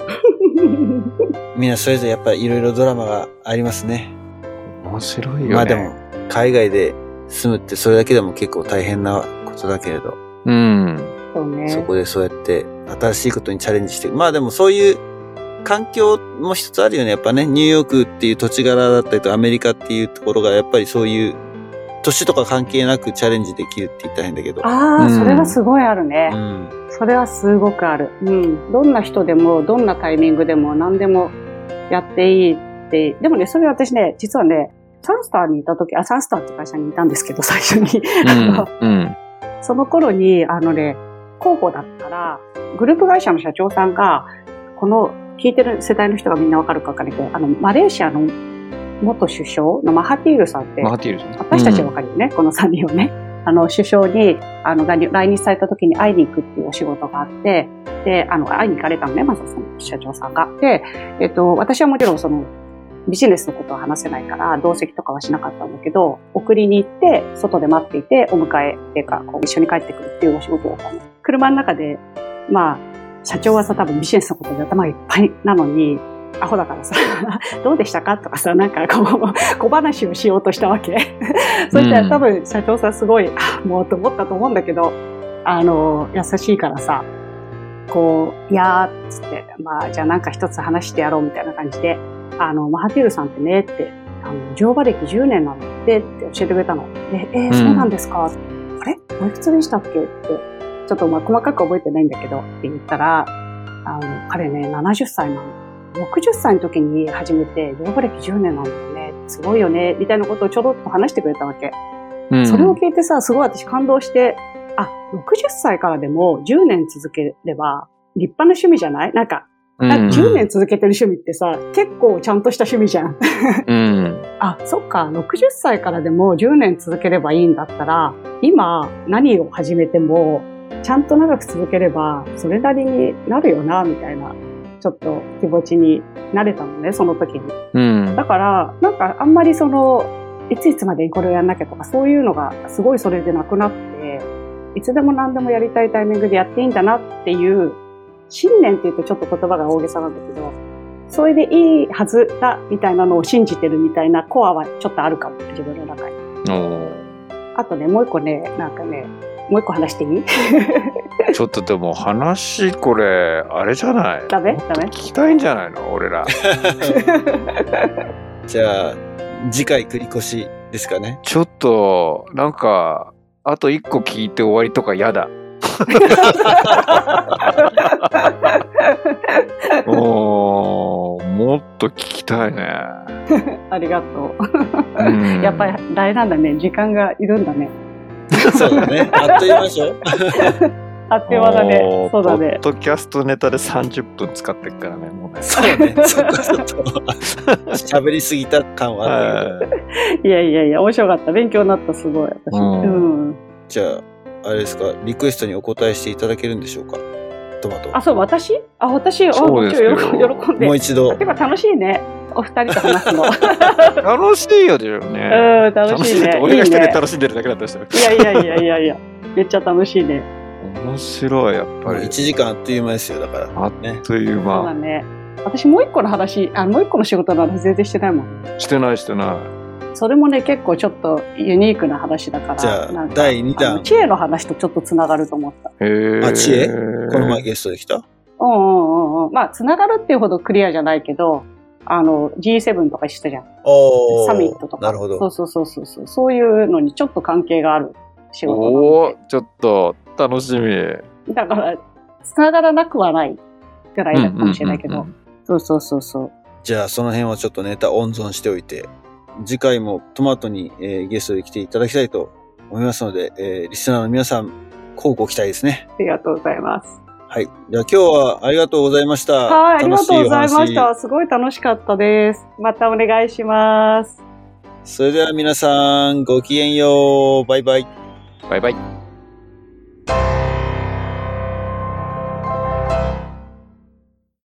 みんなそれぞれやっぱりいろいろドラマがありますね。 面白いよね。 まあでも海外で住むってそれだけでも結構大変なことだけれど。 そうね。 そこでそうやって新しいことにチャレンジして、まあでもそういう環境も一つあるよね。やっぱね、ニューヨークっていう土地柄だったりとアメリカっていうところがやっぱりそういう年とか関係なくチャレンジできるって言ったら変だけど。 それはすごいあるね。それはすごくある。どんな人でも、どんなタイミングでも何でもやっていいって。でもね、それ私ね、実はね、サンスターにいた時、サンスターって会社にいたんですけど、最初に。その頃に、広報だったら、グループ会社の社長さんが、この聞いてる世代の人がみんなわかるかわかんないけど、マレーシアの元首相のマハティールさんって、私たちはわかるよね、この3人をね。首相に、来日された時に会いに行くっていうお仕事があって、で、会いに行かれたのね、まずその社長さんが。で、私はもちろんその、ビジネスのことは話せないから、同席とかはしなかったんだけど、送りに行って、外で待っていて、お迎えっていうか、こう一緒に帰ってくるっていうお仕事だったの。車の中で、まあ、社長はさ、多分ビジネスのことで頭がいっぱいなのに、アホだからさ、どうでしたかとかさ、なんかこう、小話をしようとしたわけ。そしたら多分社長さんすごい、もうと思ったと思うんだけど、優しいからさ、こう、いやーっつって、まあ、じゃあなんか一つ話してやろうみたいな感じで、マハティールさんってねって、乗馬歴10年なんだって教えてくれたの。で、そうなんですか？あれ？おいくつでしたっけ？って、ちょっとまあ細かく覚えてないんだけどって言ったら、彼ね、70歳なの。60歳の時に始めて、乗馬歴10年なんだよね。すごいよね。みたいなことをちょろっと話してくれたわけ。それを聞いてさ、すごい私感動して、60歳からでも10年続ければ立派な趣味じゃない？なんか10年続けてる趣味ってさ、結構ちゃんとした趣味じゃん。そっか、60歳からでも10年続ければいいんだったら、今何を始めても、ちゃんと長く続ければ、それなりになるよな、みたいな、ちょっと気持ちになれたのね、その時に。だから、なんかあんまりいついつまでにこれをやんなきゃとか、そういうのがすごいそれでなくなって、いつでも何でもやりたいタイミングでやっていいんだなっていう、信念って言うとちょっと言葉が大げさなんだけど、それでいいはずだみたいなのを信じてるみたいなコアはちょっとあるかも、自分の中に。あとね、もう一個ね、なんかね、もう一個話していい？ ちょっとでも話、これ、あれじゃない？ ダメ？ 聞きたいんじゃないの？俺ら。 じゃあ、次回繰り越しですかね。 ちょっと、なんか、あと一個聞いて終わりとか嫌だ。もっと聞きたいね。 ありがとう。やっぱりあれなんだね、時間がいるんだね。 そうだね。あっという間でしょ。 あっという間だね。そうだね。 ポッドキャストネタで30分使ってっからね、もうね。 そうね。そこちょっと喋りすぎた感はあるけど。 いや、面白かった。勉強になった、すごい。私。 じゃあ、あれですか、リクエストにお答えしていただけるんでしょうか、トマト。 あ、そう、私、 そうですよ。 喜んで。 もう一度。 てか楽しいね。お二人と話すの。 楽しいよでしょうね。 楽しいね。 俺が一人で楽しんでるだけだったりしたら。いや。めっちゃ楽しいね。 面白い、やっぱり。 1時間あっという間ですよ、だから。 あっという間。 そうだね。私もう一個の仕事の話全然してないもん。 してない。 それもね、結構ちょっとユニークな話だから。 じゃあ、第2弾。 知恵の話とちょっとつながると思った。 知恵？この前ゲストできた？ まあ、つながるっていうほどクリアじゃないけど、G7 とかしてたじゃん。サミットとか。 なるほど。 そう。そういうのにちょっと関係がある仕事なので。 ちょっと楽しみ。 だから、つながらなくはないぐらいだかもしれないけど。そう。 じゃあ、その辺はちょっとネタ温存しておいて、次回もトマトに、ゲストで来ていただきたいと思いますので、リスナーの皆さん、乞うご期待ですね。 ありがとうございます。 はい。じゃあ今日はありがとうございました。 はい、ありがとうございました。すごい楽しかったです。またお願いします。 それでは皆さん、ごきげんよう。バイバイ。 バイバイ。